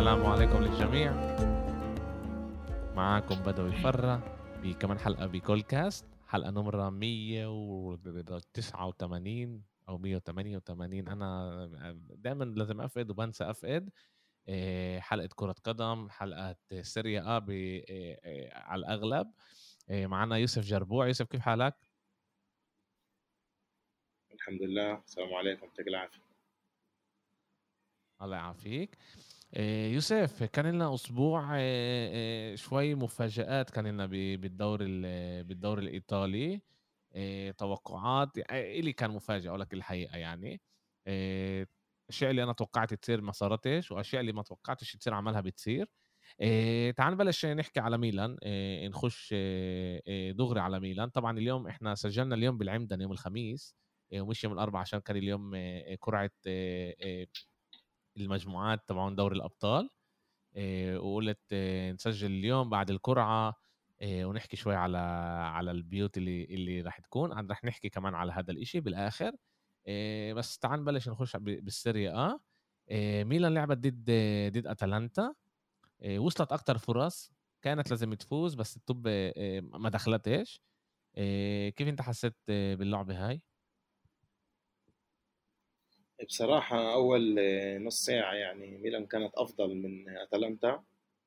السلام عليكم للجميع. معاكم بدوي فرة بكمان حلقة بكول كاست، حلقة نمرة 189 أو 188. أنا دائما لازم أفقد وبنسى أفقد. حلقة كرة قدم، حلقة سيريا على الأغلب. معنا يوسف جربوع. يوسف، كيف حالك؟ الحمد لله. السلام عليكم، يعطيك العافية. الله يعافيك. يوسف، كان لنا أسبوع شوي مفاجآت. كان لنا بالدور الإيطالي. توقعات إلي كان مفاجأة، أقول لك الحقيقة يعني. أشياء اللي أنا توقعت تصير ما صارتش، وأشياء اللي ما توقعتش تصير عملها بتصير. تعال نبلش نحكي على ميلان. نخش دغري على ميلان. طبعا اليوم إحنا سجلنا اليوم بالعمدة يوم الخميس، ومش يوم الأربعاء عشان كان اليوم قرعة المجموعات تبعون دوري الأبطال. وقلت نسجل اليوم بعد القرعة. ونحكي شوي على البيوت اللي راح تكون رح نحكي كمان على هذا الاشي بالآخر. بس تعال نبلش نخش بالسيريا ميلان لعبت ضد أتلانتا. وصلت أكتر فرص، كانت لازم تفوز بس الطب ما دخلتش. كيف انت حسيت باللعبة هاي؟ بصراحة أول نص ساعة يعني ميلان كانت أفضل من أتلانتا.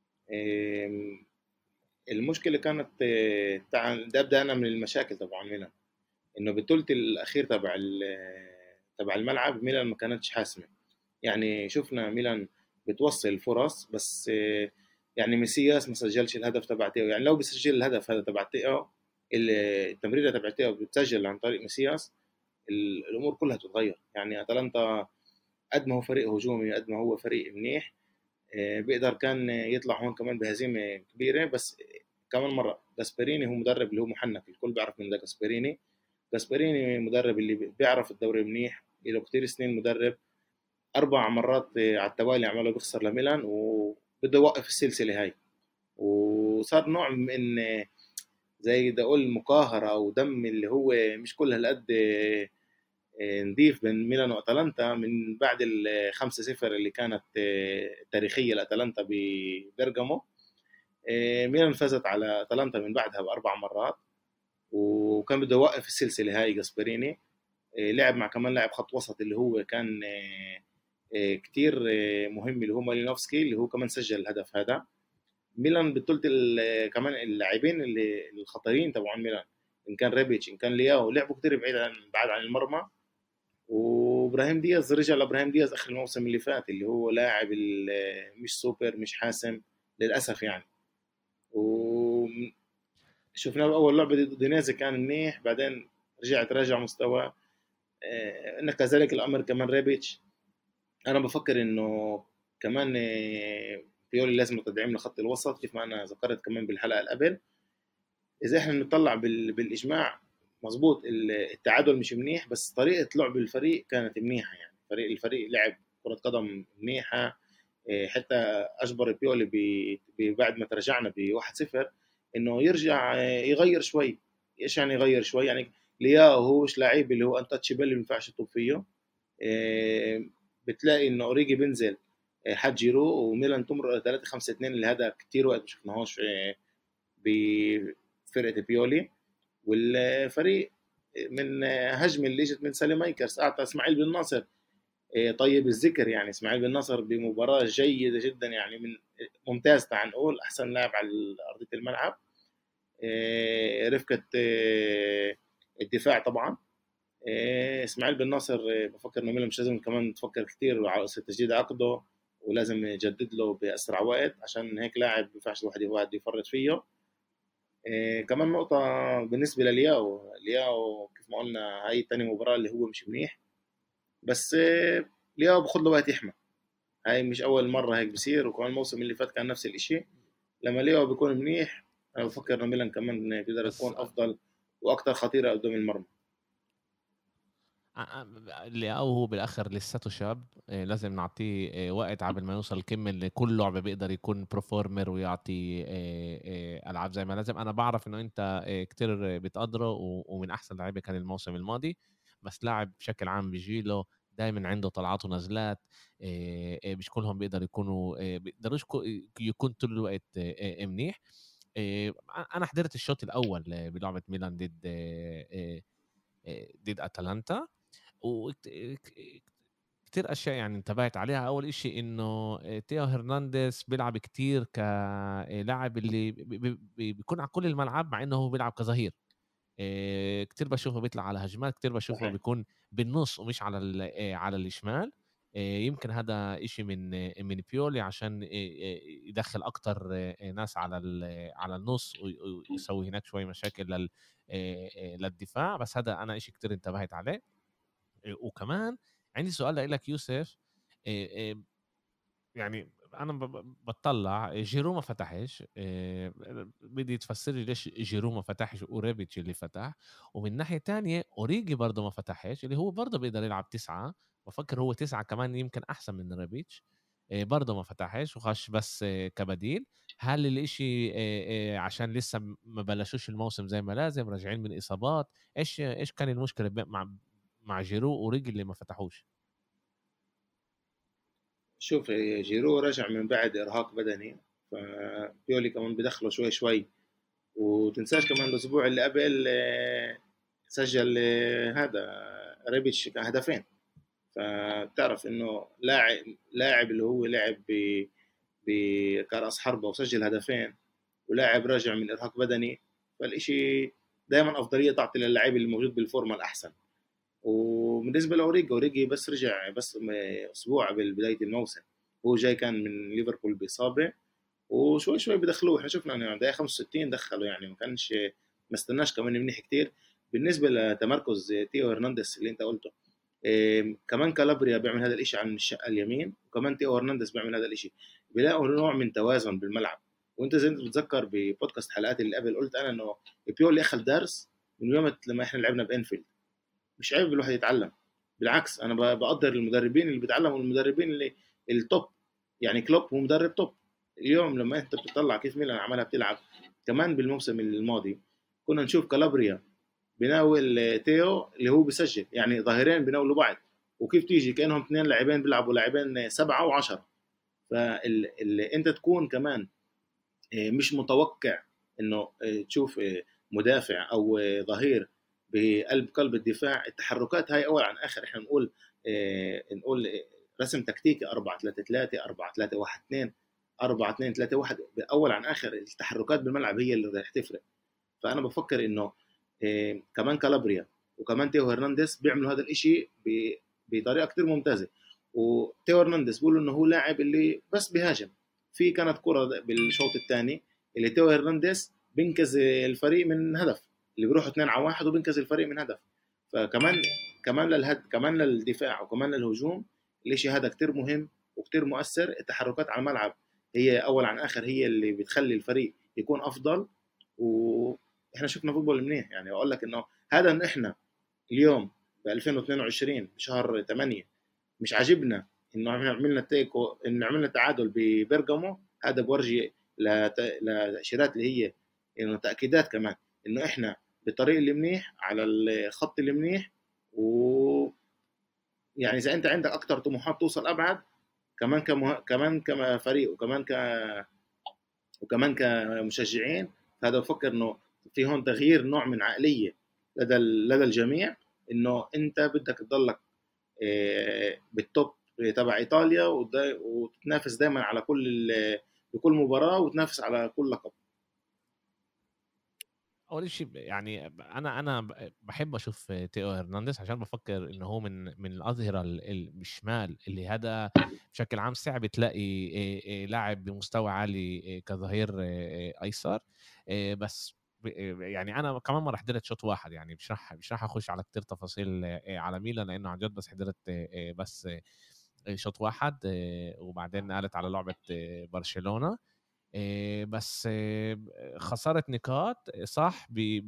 آم، المشكلة كانت ده أبدأ أنا من المشاكل طبعا ميلان، إنه بالثلث الأخير تبع الملعب ميلان ما كانتش حاسمة. يعني شفنا ميلان بتوصل فرص بس يعني ميسياس ما سجلش الهدف تبع تيو. يعني لو بيسجل الهدف هذا تبع تيو، التمريرة تبع تيو بتسجل عن طريق ميسياس، الامور كلها تتغير. يعني اتلانتا قد ما هو فريق هجومي قد ما هو فريق منيح، بيقدر كان يطلع هون كمان بهزيمه كبيره. بس كمان مره جاسبريني هو مدرب اللي هو محنك، الكل بيعرف من ده جاسبريني. جاسبريني مدرب اللي بيعرف الدوري منيح، له كتير سنين مدرب. 4 مرات على التوالي عمله بيخسر لميلان وبده يوقف السلسله هاي. وصار نوع من زي ده اقول مقاهره او دم اللي هو مش كل هالقد نضيف بين ميلان واتلانتا من بعد ال5-0 اللي كانت تاريخيه لاتلانتا ببرغامو. ميلان فازت على اتلانتا من بعدها ب4 مرات، وكان بده يوقف السلسله هاي جاسبريني. لعب مع كمان لاعب خط وسط اللي هو كان كتير مهم، اللي هو مالينوفسكي، اللي هو كمان سجل الهدف هذا. ميلان بالثلث كمان اللاعبين اللي الخطرين تبعون ميلان، ان كان ريبيتش ان كان لياو، لعبوا كتير بعد عن المرمى. وابراهيم دياز رجع لابراهيم دياز اخر الموسم اللي فات، اللي هو لاعب مش سوبر مش حاسم للاسف يعني. وشفناه باول لعبه ضد دينيزي كان منيح، بعدين رجع تراجع مستوى. ان كذلك الامر كمان ريبيتش. انا بفكر انه كمان بيولي لازم تدعيم لخط الوسط كيف ما انا ذكرت كمان بالحلقه اللي قبل. اذا احنا بنطلع بالاجماع مظبوط، التعادل مش منيح بس طريقه لعب الفريق كانت منيحه. يعني الفريق لعب كره قدم منيحه. حتى اجبر بيولي بعد ما ترجعنا ب 1-0 انه يرجع يغير شوي. ايش يعني يغير شوي؟ يعني لياو هوش لعيب اللي هو انتاتشبل اللي ما ينفعش يطب فيه. آه، بتلاقي انه اوريجي بينزل حد جيرو وميلان تمر 3-5-2 اللي هذا كتير وقت ما شفناهوش بفرقه بيولي. والفريق من هجمه اللي اجت من ساليمايكرز اعطى اسماعيل بن ناصر طيب الذكر. يعني اسماعيل بن ناصر بمباراه جيده جدا، يعني من ممتاز تعال نقول احسن لاعب على ارضيه الملعب. رفقه الدفاع طبعا. اسماعيل بن ناصر بفكر انه ميلان مش لازم كمان تفكر كثير على تجديد عقده، ولازم يجدد له باسرع وقت عشان هيك لاعب ما ينفعش الواحد يفرط فيه. كمان نقطة بالنسبة لياو كيف ما قلنا هاي تاني مباراة اللي هو مش منيح. بس لياو بخد له وقت يحمى. هاي مش أول مرة هيك بصير، وكمان الموسم اللي فات كان نفس الإشي. لما لياو بيكون منيح أنا بفكر إنه ميلان كمان بيقدر بس يكون أفضل وأكثر خطيرة قدام المرمى. اللي هو بالاخر لساته شاب. لازم نعطيه وقت عبل ما يوصل القمه اللي كل لعبه بيقدر يكون بروفورمر ويعطي العاب زي ما لازم. انا بعرف انه انت كتير بتقدره ومن احسن لعيبه كان الموسم الماضي، بس لاعب بشكل عام بيجيله دايما عنده طلعات ونزلات. مش كلهم بيقدروش يكون طول الوقت منيح. انا حضرت الشوط الاول بلعبه ميلان ضد اتلانتا، كتير اشياء يعني انتبهت عليها. اول اشي انه تيو هرنانديز بيلعب كتير كلاعب اللي بيكون على كل الملعب، مع انه هو بيلعب كظهير. كتير بشوفه بيطلع على هجمات، كتير بشوفه صحيح. بيكون بالنص ومش على على الشمال. يمكن هذا إشي من بيولي عشان يدخل أكتر ناس على على النص ويسوي هناك شوي مشاكل للدفاع. بس هذا أنا إشي كتير انتبهت عليه. وكمان عندي سؤال لك يوسف. يعني انا بطلع جيرو ما فتحش. بدي تفسر لي ليش جيرو ما فتحش وريبيتش اللي فتح؟ ومن ناحية تانية اوريجي برضه ما فتحش، اللي هو برضه بيقدر يلعب تسعة. بفكر هو تسعة كمان يمكن احسن من ريبيتش. برضه ما فتحش وخش بس كبديل. هل الاشي عشان لسه ما بلشوش الموسم زي ما لازم، راجعين من اصابات؟ ايش كان المشكلة مع جيرو وريجي اللي ما فتحوش؟ شوف، جيرو رجع من بعد ارهاق بدني، فبيولي كمان بدخله شوي شوي. وتنساش كمان الاسبوع اللي قبل سجل هذا ريبيتش هدفين. فبتعرف انه لاعب اللي هو لعب كرأس حربة وسجل هدفين، ولاعب راجع من ارهاق بدني، فالاشي دائما افضليه تعطي للاعب اللي موجود بالفورمه الاحسن. وبالنسبه اوريجي بس رجع بس اسبوع بدايه الموسم. هو جاي كان من ليفربول باصابه، وشوي شوي بدخلوه. احنا شفنا انه دقيقه 65 دخلوا، يعني ما استناش كمان منيح كتير. بالنسبه لتمركز تيو هرنانديز اللي انت قلته، كمان كالابريا بيعمل هذا الاشي عن الشقه اليمين، وكمان تيو هرنانديز بيعمل هذا الاشي. بيلاقوا نوع من توازن بالملعب. وانت زي انت بتتذكر ببودكاست حلقات اللي قبل قلت انا انه بيولي اخذ درس من يوم لما احنا لعبنا بانفيلد. مش عيب الواحد يتعلم، بالعكس انا بقدر المدربين اللي بيتعلموا، المدربين اللي التوب. يعني كلوب هو مدرب توب. اليوم لما انت بتطلع كيف ميلان عملها بتلعب، كمان بالموسم الماضي كنا نشوف كالابريا بيناول تيو اللي هو بيسجل، يعني ظاهرين بيناولوا بعض، وكيف تيجي كانهم اثنين لاعبين بيلعبوا لاعبين 7 و10. فانت تكون كمان مش متوقع انه تشوف مدافع او ظهير قلب الدفاع. التحركات هاي اول عن اخر احنا نقول رسم تكتيكي 4-3-3 4-3-1-2 4-2-3-1. اول عن اخر التحركات بالملعب هي اللي راح تفرق. فانا بفكر انه كمان كالابريا وكمان تيو هرنانديز بيعملوا هذا الاشي بطريقه كتير ممتازه. وتيو هرنانديز بيقولوا انه هو لاعب اللي بس بيهاجم. في كانت كرة بالشوط الثاني اللي تيو هرنانديز بينقذ الفريق من هدف، اللي بيروحوا 2-1 وبينقذ الفريق من هدف. فكمان كمان للدفاع وكمان للهجوم الاشي هذا كتير مهم وكتير مؤثر. التحركات على الملعب هي اول عن اخر هي اللي بتخلي الفريق يكون افضل. واحنا شفنا فوتبول منيح. يعني اقول لك انه هذا ان احنا اليوم ب 2022 بشهر 8 مش عاجبنا انه احنا عملنا تيكو، ان عملنا تعادل ببرغامو. هذا بورجي لاشارات اللي هي انه تاكيدات كمان انه احنا بالطريق اللي منيح على الخط اللي منيح. و يعني اذا انت عندك اكتر طموحات توصل ابعد كمان كفريق وكمان كمشجعين، فهذا بفكر انه في هون تغيير نوع من عقليه لدى الجميع، انه انت بدك تضلك بالتوب تبع ايطاليا وتنافس دائما على بكل مباراه وتنافس على كل لقب. اول شيء يعني انا بحب اشوف تيو هرنانديز عشان بفكر انه هو من الاظهره الشمال اللي هذا بشكل عام صعب تلاقي لاعب بمستوى عالي كظهير ايسر. بس يعني انا كمان ما رح حضرت شوط واحد، يعني مش رح اخش على كتير تفاصيل على ميلان لانه عن جد بس حضرت بس شوط واحد. وبعدين قالت على لعبه برشلونه. بس خسارة نقاط صح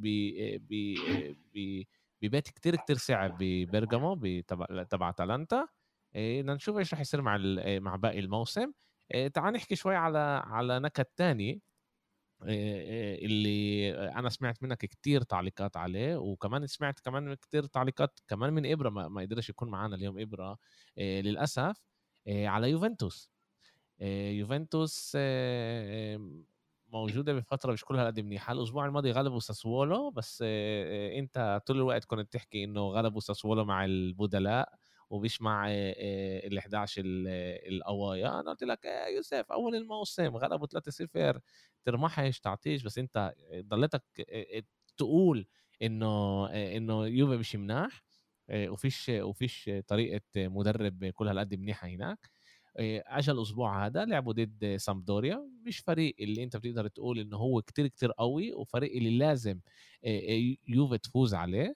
ببيت كتير صعب ببرغامو تبع اتلانتا. بدنا نشوف ايش رح يصير مع باقي الموسم. تعال نحكي شوي على نكت تاني. اللي انا سمعت منك كتير تعليقات عليه، وكمان سمعت كمان كتير تعليقات كمان من ابره، ما يقدرش يكون معانا اليوم ابره للاسف، على يوفنتوس. يوفنتوس موجودة بفترة مش كلها قد منيحة. الأسبوع الماضي غلبوا ساسولو، بس أنت طول الوقت كنت تحكي إنه غلبوا ساسولو مع البدلاء ومش مع ال 11 القوايا. أنا قلت لك يا يوسف أول الموسم غلبوا 3-0، ترمحش تعطيش، بس أنت ضلتك تقول إنه يوفي مش مناح، وفيش طريقة مدرب كلها قد منيحة هناك. اجى الاسبوع هذا لعبوا ضد سامدوريا، مش فريق اللي انت بتقدر تقول انه هو كتير كتير قوي، وفريق اللي لازم يوفي تفوز عليه.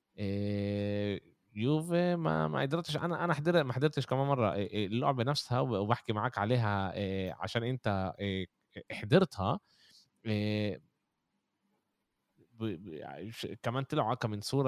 يوفي ما قدرتش، انا ما حضرتش كمان مره اللعبه نفسها، وبحكي معاك عليها عشان انت حضرتها. آه، كمان طلعوا كم من صوره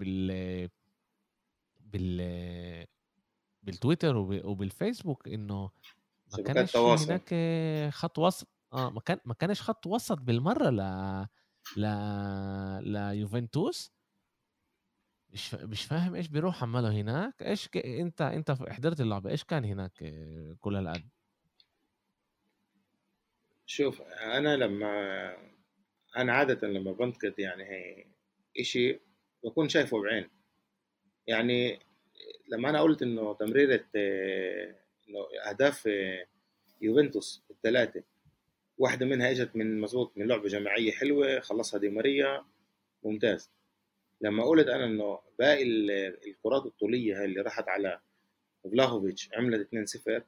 بال بالتويتر وبالفيسبوك انه ما شبكات كانش في تواصل. هناك خط وسط. ما كانش خط وسط بالمره ل ليوفنتوس. مش فاهم ايش بيروح عمله هناك. ايش انت حضرت اللعبه، ايش كان هناك كل هالقد؟ شوف، انا عاده لما بنتقد يعني هي اشي بكون شايفه بعين. يعني لما انا قلت انه تمريره انه اهداف يوفنتوس الثلاثه، واحده منها اجت من مظبوط من لعبه جماعيه حلوه خلصها دي ماريا، ممتاز. لما قلت انا انه باقي الكرات الطوليه هاي اللي راحت على فلاهوفيتش عملت 2-0،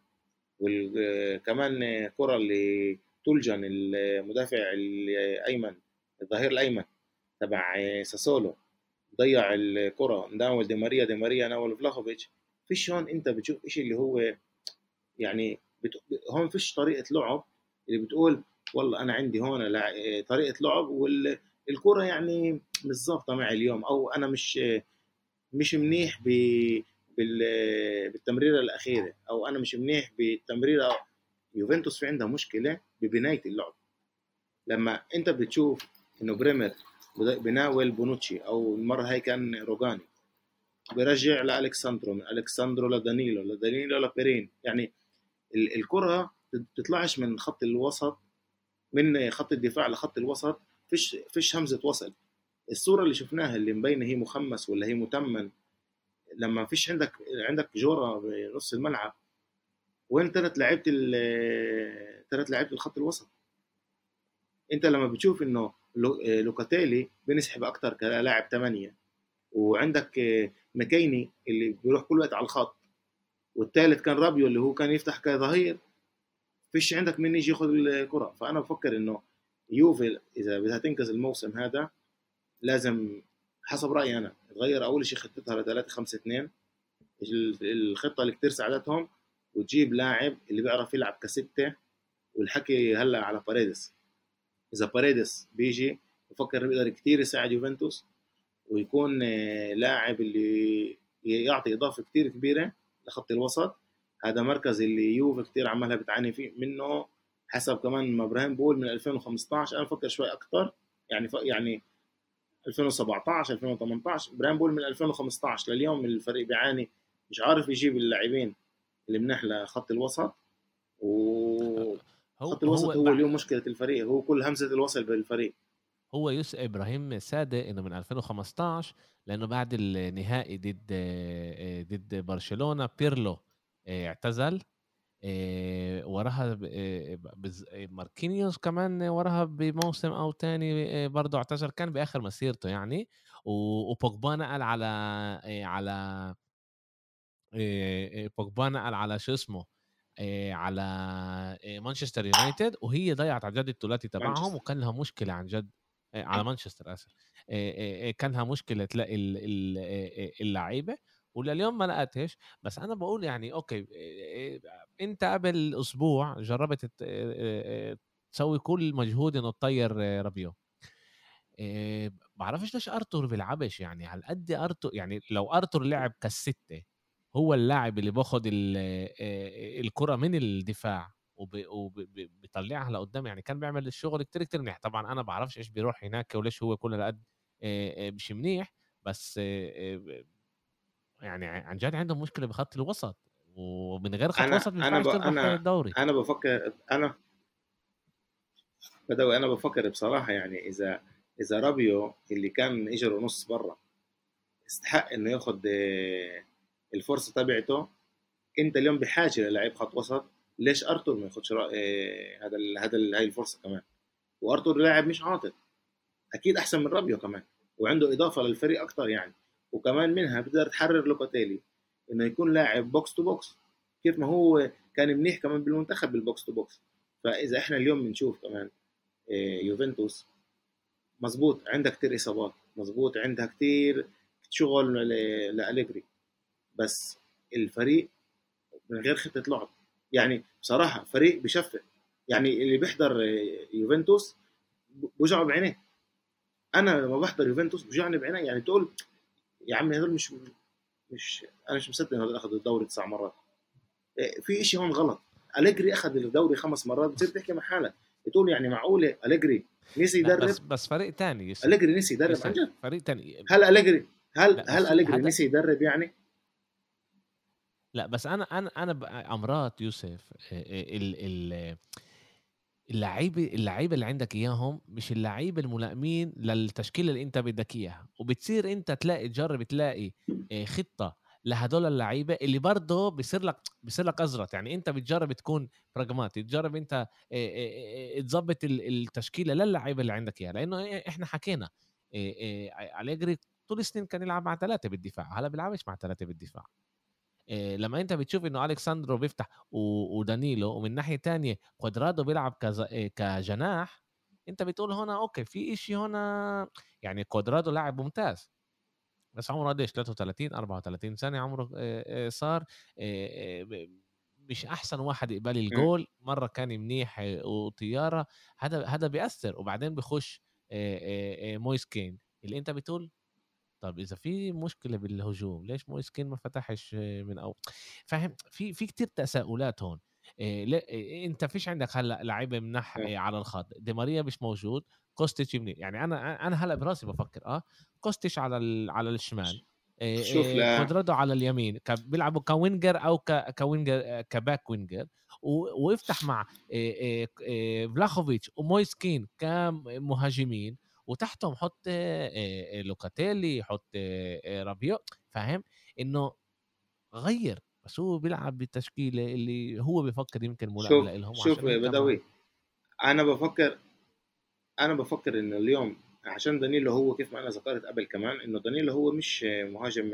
وكمان كرة اللي تولجان المدافع الايمن، الظهير الايمن تبع ساسولو، ضيع الكرة ناول دي ماريا ناول فلاخوفيتش. فيش هون انت بتشوف اشي اللي هو يعني هون فيش طريقة لعب اللي بتقول والله انا عندي هون طريقة لعب والكرة يعني مش ظابطة معي اليوم، او انا مش منيح بالتمريرة الأخيرة، أو أنا مش منيح بالتمريرة. يوفنتوس في عندها مشكلة ببناية اللعب. لما أنت بتشوف إنه بريمر بناول بونوتشي، أو المرة هاي كان روجاني بيرجع لألكساندرو، من ألكساندرو لدانيلو، لدانيلو لبيرين، يعني الكرة تطلعش من خط الوسط، من خط الدفاع لخط الوسط، فيش همزة وصل. الصورة اللي شفناها اللي مبينة هي مخمس ولا هي متمن، لما فيش عندك جورا بنص الملعب، وين ثلاث لعيبه الخط الوسط. انت لما بتشوف انه لوكاتيلي بينسحب اكتر كلاعب 8، وعندك مكيني اللي بيروح كل وقت على الخط، والثالث كان رابيو اللي هو كان يفتح كظهير، فيش عندك مين يجي ياخذ الكره. فانا بفكر انه يوفي اذا بدها تنقذ الموسم هذا لازم، حسب رايي انا، تغير اول شيء خطتها ل 3-5-2، الخطه اللي كتير ساعدتهم، وتجيب لاعب اللي بيعرف يلعب كستة. والحكي هلا على باريدس، اذا باريدس بيجي بفكر بيقدر كتير يساعد يوفنتوس، ويكون لاعب اللي يعطي اضافه كتير كبيره لخط الوسط. هذا مركز اللي يوفي كتير عمالها بتعاني فيه منه، حسب كمان ما ابراهيم بقول من 2015. انا بفكر شوي اكتر، يعني 2017 2018. ابراهيم بقول من 2015 لليوم الفريق بيعاني، مش عارف يجيب اللاعبين اللي منح لخط الوسط. هو وخط الوسط هو هو اليوم مشكلة الفريق، هو كل همزة الوصل بالفريق. هو يوسف ابراهيم صادق انه من 2015، لانه بعد النهائي ضد برشلونة بيرلو اعتزل. وراها ماركينيوس كمان وراها بموسم او تاني برضه اعتزل، كان باخر مسيرته يعني. وبوجبا نقل على بوجبا نقل على شو اسمه على مانشستر يونايتد، وهي ضيعت عن جد الثلاثي تبعهم، مانشستر. وكان لها مشكله عن جد على مانشستر اسف. كان لها مشكله تلاقي اللعيبه، ولليوم ما لقتش. بس انا بقول يعني اوكي، انت قبل اسبوع جربت تسوي كل مجهود انه تطير رابيو. بعرفش ليش ارتور بيلعبش يعني على قد ارتور. يعني لو ارتور لعب كالستة، هو اللاعب اللي باخد الكرة من الدفاع وبيطلعها لقدام. يعني كان بيعمل الشغل كتير كتير منيح. طبعا انا بعرفش ايش بيروح هناك وليش هو كل قد مش منيح، بس يعني عن جد عندهم مشكله بخط الوسط، ومن غير خط وسط ما ينفعش تربح الدوري. انا بفكر، انا بدوي انا بفكر بصراحه، يعني اذا رابيو اللي كان اجره نص برا استحق انه ياخد الفرصه تبعته، انت اليوم بحاجه للاعب خط وسط، ليش ارتور ما ياخدش هاي الفرصه كمان؟ وارتور لاعب مش عاطل، اكيد احسن من رابيو كمان، وعنده اضافه للفريق اكتر يعني، وكمان منها بتقدر تحرر لوكاتيلي انه يكون لاعب بوكس تو بوكس، كيف ما هو كان منيح كمان بالمنتخب بالبوكس تو بوكس. فاذا احنا اليوم بنشوف كمان يوفنتوس، مظبوط عندها كتير اصابات، مظبوط عندها كتير شغل لأليجري، بس الفريق من غير خطه لعب، يعني بصراحه فريق بشفق، يعني اللي بيحضر يوفنتوس بوجعه بعينيه. انا لما بحضر يوفنتوس بوجعني بعينيه، يعني تقول يا عم هذول مش انا مش مصدق انه هذول اخذوا الدوري 9 مرات، في شيء هون غلط. أليجري اخذ الدوري 5 مرات، بتصير تحكي مع حالك تقول يعني معقوله أليجري نسي لا يدرب؟ بس فريق تاني يوسف. أليجري نسي يدرب عن يوسف جد؟ فريق تاني. هل أليجري هل لا هل بس أليجري هذا، نسي يدرب يعني؟ لا بس انا امرات يوسف اللعيبه اللي عندك اياهم مش اللعيبه الملائمين للتشكيله اللي انت بدك اياها، وبتصير انت تجرب تلاقي خطه لهدول اللعيبه اللي برضه بيصير لك ازرط. يعني انت بتجرب تكون براغماتي، تجرب انت تظبط التشكيله للعيبه اللي عندك اياها، لانه احنا حكينا أليجري طول السنين كان يلعب مع 3 بالدفاع، هلا بيلعبش مع 3 بالدفاع. لما انت بتشوف انه الكساندرو بيفتح ودانيلو، ومن ناحيه تانية كوادرادو بيلعب كجناح، انت بتقول هنا اوكي في اشي هنا. يعني كوادرادو لاعب ممتاز، بس عمره قديش؟ 33 34 سنه عمره صار. مش احسن واحد يقبل مم. الجول. مره كان منيح وطياره. هذا بيأثر. وبعدين بخش مويس كين اللي انت بتقول طب اذا في مشكله بالهجوم ليش مويسكين ما فتحش من اول؟ فاهم؟ في كتير تساؤلات هون. انت فيش عندك هلا لعيبه منح آه. على الخط. دي ماريا مش موجود. كوستيش مني، يعني انا هلا براسي بفكر كوستيش على الشمال، شوف لا كوادرادو على اليمين، بيلعبوا كوينجر او كوينجر كباك وينجر، ويفتح مع فلاخوفيتش ومويسكين كمهاجمين، وتحتهم حط لوكاتيلي، حط رابيو. فاهم انه غير؟ بس هو بيلعب بالتشكيله اللي هو بيفكر يمكن ملائم شوف لهم، شوف عشان يا هيك ما. بدوي، انا بفكر انا بفكر ان اليوم عشان دانيلو هو كيف ما انا ذكرت قبل كمان انه دانيلو هو مش مهاجم،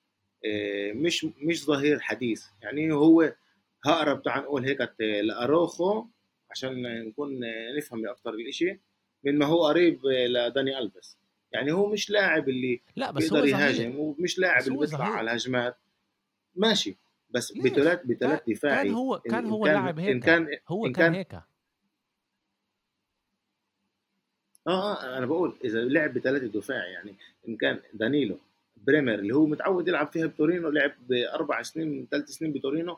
مش ظهير حديث، يعني هو هقرب تعال نقول هيك لاروخو، عشان نكون نفهم اكثر الاشي، من ما هو قريب لداني الفيس. يعني هو مش لاعب اللي لا بس بيقدر هو ظهير. يهاجم، ومش لاعب بس اللي هو بيطلع ظهير. على الهجمات، ماشي، بس ليش؟ بثلاث كان دفاعي. هو ان كان إن هو كان لاعب ان هيك. كان هو ان كان كان هيك. انا بقول اذا لعب بثلاثه دفاع، يعني ان كان دانيلو بريمر اللي هو متعود يلعب فيها بتورينو، لعب ب4 سنين 3 سنين بتورينو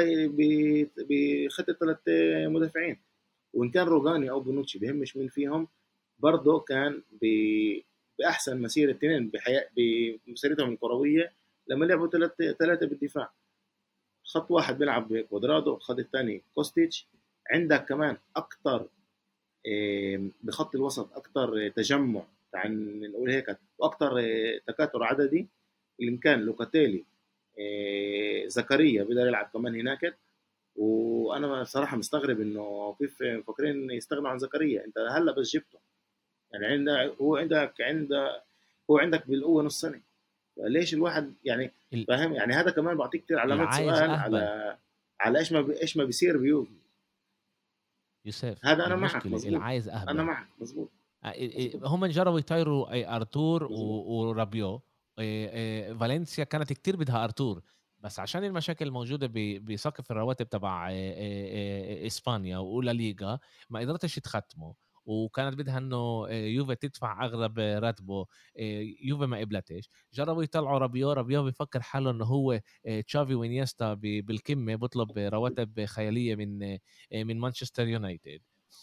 بخطه 3 مدافعين، وان كان روجاني او بونوتشي بيهمش مين فيهم، برضه كان باحسن مسيره اثنين بمسيرتهم الكرويه لما لعبوا ثلاثه بالدفاع. خط واحد بيلعب كوادرادو، الخط الثاني كوستيتش، عندك كمان اكثر بخط الوسط اكثر تجمع، تعال نقول هيك، واكثر تكاثر عددي، اللي كان لوكاتيلي، زكريا بيقدر يلعب كمان هناك. وانا صراحه مستغرب انه كيف مفكرين يستغنوا عن زكريا، انت هلا بس جبته، يعني هو عندك بالقوه نص سنه، ليش الواحد يعني؟ ال- فاهم؟ يعني هذا كمان بعطيك كثير علامات العايز سؤال اهبل. على ايش ما بيصير بيوفي. يوسف هذا انا معك المشكله مزبوط، العايز انا اهبل. معك مزبوط مزبوط هم جربوا يطيروا ارتور مزبوط. ورابيو. فالنسيا كانت كتير بدها ارتور، بس عشان المشاكل الموجوده بسقف الرواتب تبع اسبانيا ولا ليغا ما قدرتش تختمه. وكانت بدها انه يوفي تدفع اغلب راتبه. يوفي ما قبلتش، جربوا يطلعوا رابيو بيفكر حاله انه هو تشافي وينيستا بالقمه، بيطلب رواتب خياليه من مانشستر يونايتد.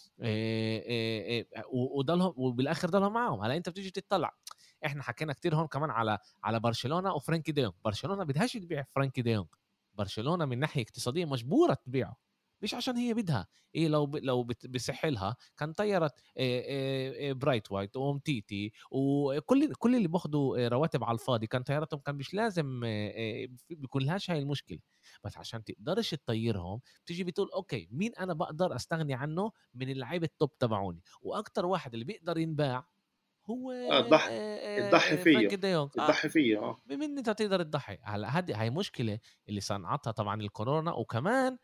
وضلهم وبالاخر ضلهم معاهم. هلا انت بتيجي تطلع، احنا حكينا كتير هون كمان على برشلونه وفرانكي ديونج. برشلونه بدهاش تبيع فرانكي ديونج، برشلونه من ناحيه اقتصاديه مجبوره تبيعه، مش عشان هي بدها. إيه لو بسحلها كان طيرت برايت وايت ومتيتي وكل اللي باخدوا رواتب على الفاضي، كان طيارتهم كان مش لازم بيكون لهاش هاي المشكله. بس عشان تقدرش تطيرهم بتيجي بتقول اوكي مين انا بقدر استغني عنه من اللعيبه التوب تبعوني، واكتر واحد اللي بيقدر ينباع هو تضحي فيه، فرانكي ديونج. تضحي فيه بمين انت تقدر تضحي. هلا هاي مشكله اللي صنعتها طبعا الكورونا، وكمان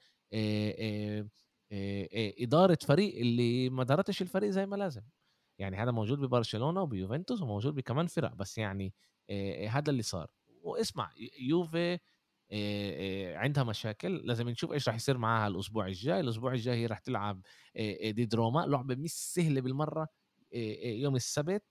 اداره فريق اللي ما دارتش الفريق زي ما لازم. يعني هذا موجود ببرشلونه وبيوفنتوس وموجود بكمان فرق، بس يعني هذا اللي صار. واسمع يوفي عندها مشاكل، لازم نشوف ايش راح يصير معاها الاسبوع الجاي. الاسبوع الجاي هي راح تلعب ضد روما، لعبه مش سهله بالمره. يوم السبت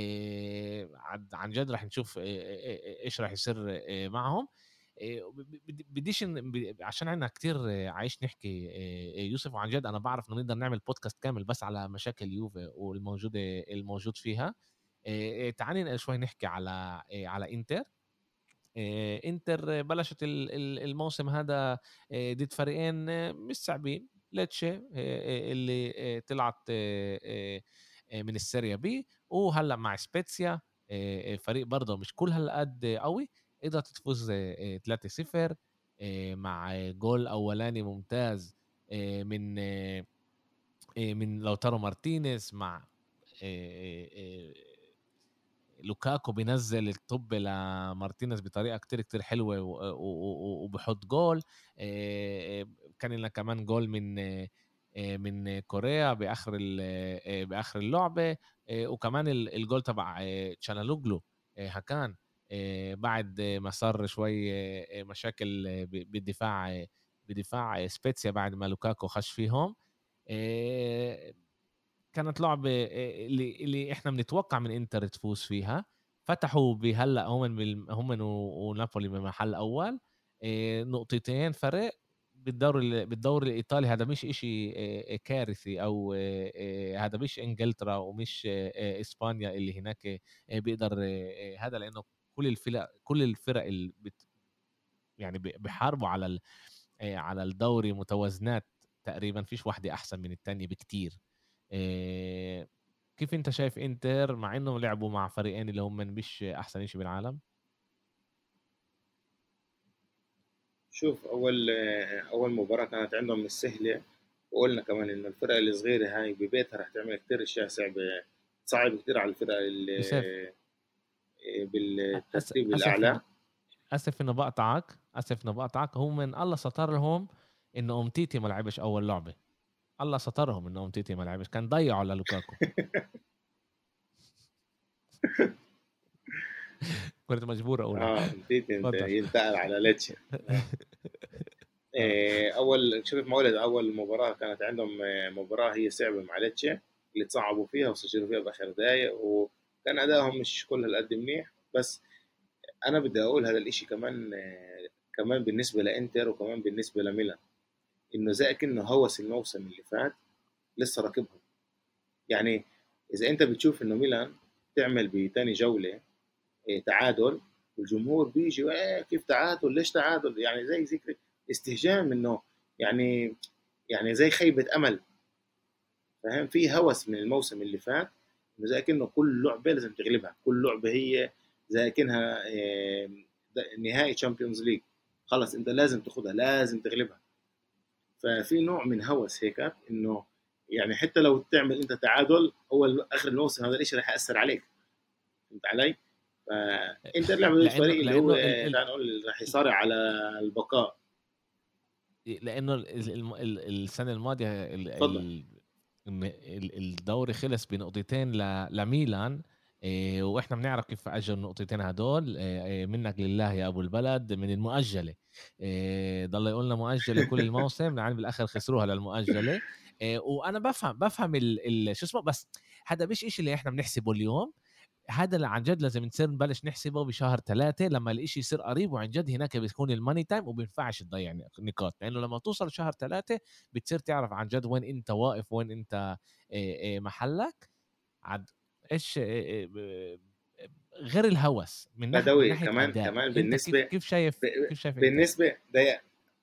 عن جد راح نشوف ايش راح يصير معهم. بديش عشان عندنا كتير عايش نحكي يوسف، وعن جد انا بعرف انه نقدر نعمل بودكاست كامل بس على مشاكل يوفي الموجود فيها. تعالي شوي نحكي على انتر. انتر بلشت الموسم هذا ضد فريقين مش صعبين، ليتشي اللي طلعت من السيريا بي، وهلا مع سبيتسيا فريق برضه مش كل هلا قد قوي، قدرت تفوز 3-0 مع جول اولاني ممتاز من لوتارو مارتينيز، مع لوكاكو بينزل الطب لمارتينيز بطريقه كتير كتير حلوه وبحط جول. كان لنا كمان جول من كوريا باخر اللعبه. وكمان الجول تبع تشانالوجلو هكان بعد ما صار شوي مشاكل بدفاع سبيتسيا بعد ما لوكاكو خش فيهم. كانت لعبة اللي احنا بنتوقع من انتر تفوز فيها. فتحوا بهلا هم ونابولي بمحل اول، نقطتين فرق بالدور الايطالي. هذا مش اشي كارثي، او هذا مش انجلترا ومش اسبانيا اللي هناك بيقدر هذا، لانه كل الفرق يعني بيحاربوا على الدوري متوازنات تقريبا، فيش واحدة احسن من التانية بكتير. كيف انت شايف انتر مع انه لعبوا مع فريقين اللي هم مش احسن شيء بالعالم؟ شوف، اول مباراه كانت عندهم مش سهله، وقلنا كمان انه الفرق الصغيره هاي ببيتها رح تعمل كتير اشياء صعبه، صعب كتير على الفرق يوسف، اللي أس- بالترتيب اسف الاعلى. انه اسف انه بقطعك. هو من الله ستر لهم انه امتيتي ما لعبش اول لعبه. الله سترهم انه امتيتي ما لعبش، كان ضيعوا لوكاكو. كنت مجبور اقولها. اه، نسيت انت تفضل. ينتقل على ليتش. اه اول شفت مولد اول مباراه كانت عندهم، مباراه هي صعبه مع ليتش، اللي تصعبوا فيها وسجلوا فيها باخر دقائق، وكان ادائهم مش كل هالقد منيح. بس انا بدي اقول هذا الاشي كمان، كمان بالنسبه لانتر وكمان بالنسبه لميلان، انه زي كأنه هوس الموسم اللي فات لسه راكبهم. يعني اذا انت بتشوف انه ميلان تعمل بتاني جوله تعادل، والجمهور بيجي كيف تعادل، ليش تعادل، يعني زي كده استهجان، انه يعني يعني زي خيبة امل. فاهم؟ في هوس من الموسم اللي فات، انه زي كأنه كل لعبة لازم تغلبها، كل لعبة هي زي كأنها نهائي تشامبيونز ليج، خلص انت لازم تاخدها، لازم تغلبها. ففي نوع من هوس هيك، انه يعني حتى لو تعمل انت تعادل اول اخر الموسم، هذا الشيء رح ياثر عليك. فهمت علي؟ فانت لعبه ضد لانه فريق اللي هو لانه تعال نقول رح يصارع على البقاء. لانه السنه الماضيه تفضل. الدوري خلص بنقطتين لميلان. واحنا بنعرف كيف اجوا النقطتين هدول. منك لله يا ابو البلد من المؤجله. ضل يقولنا مؤجله كل الموسم، يعني بالاخر خسروها للمؤجله. وانا بفهم شو اسمه، بس هذا مش إشي اللي احنا بنحسبه اليوم. هذا اللي عن جد لازم نصير نبلش نحسبه بشهر 3 لما الإشي يصير قريب، وعن جد هناك بيكون الماني تايم وبينفعش تضيع نقاط، لأنه لما توصل شهر 3 بتصير تعرف عن جد وين أنت واقف، وين أنت محلك عد إيش غير الهوس من بدوي ناحية كمان أداء. كمان أنت كيف بالنسبه شايف، ب- كيف شايف أنت؟ بالنسبه ده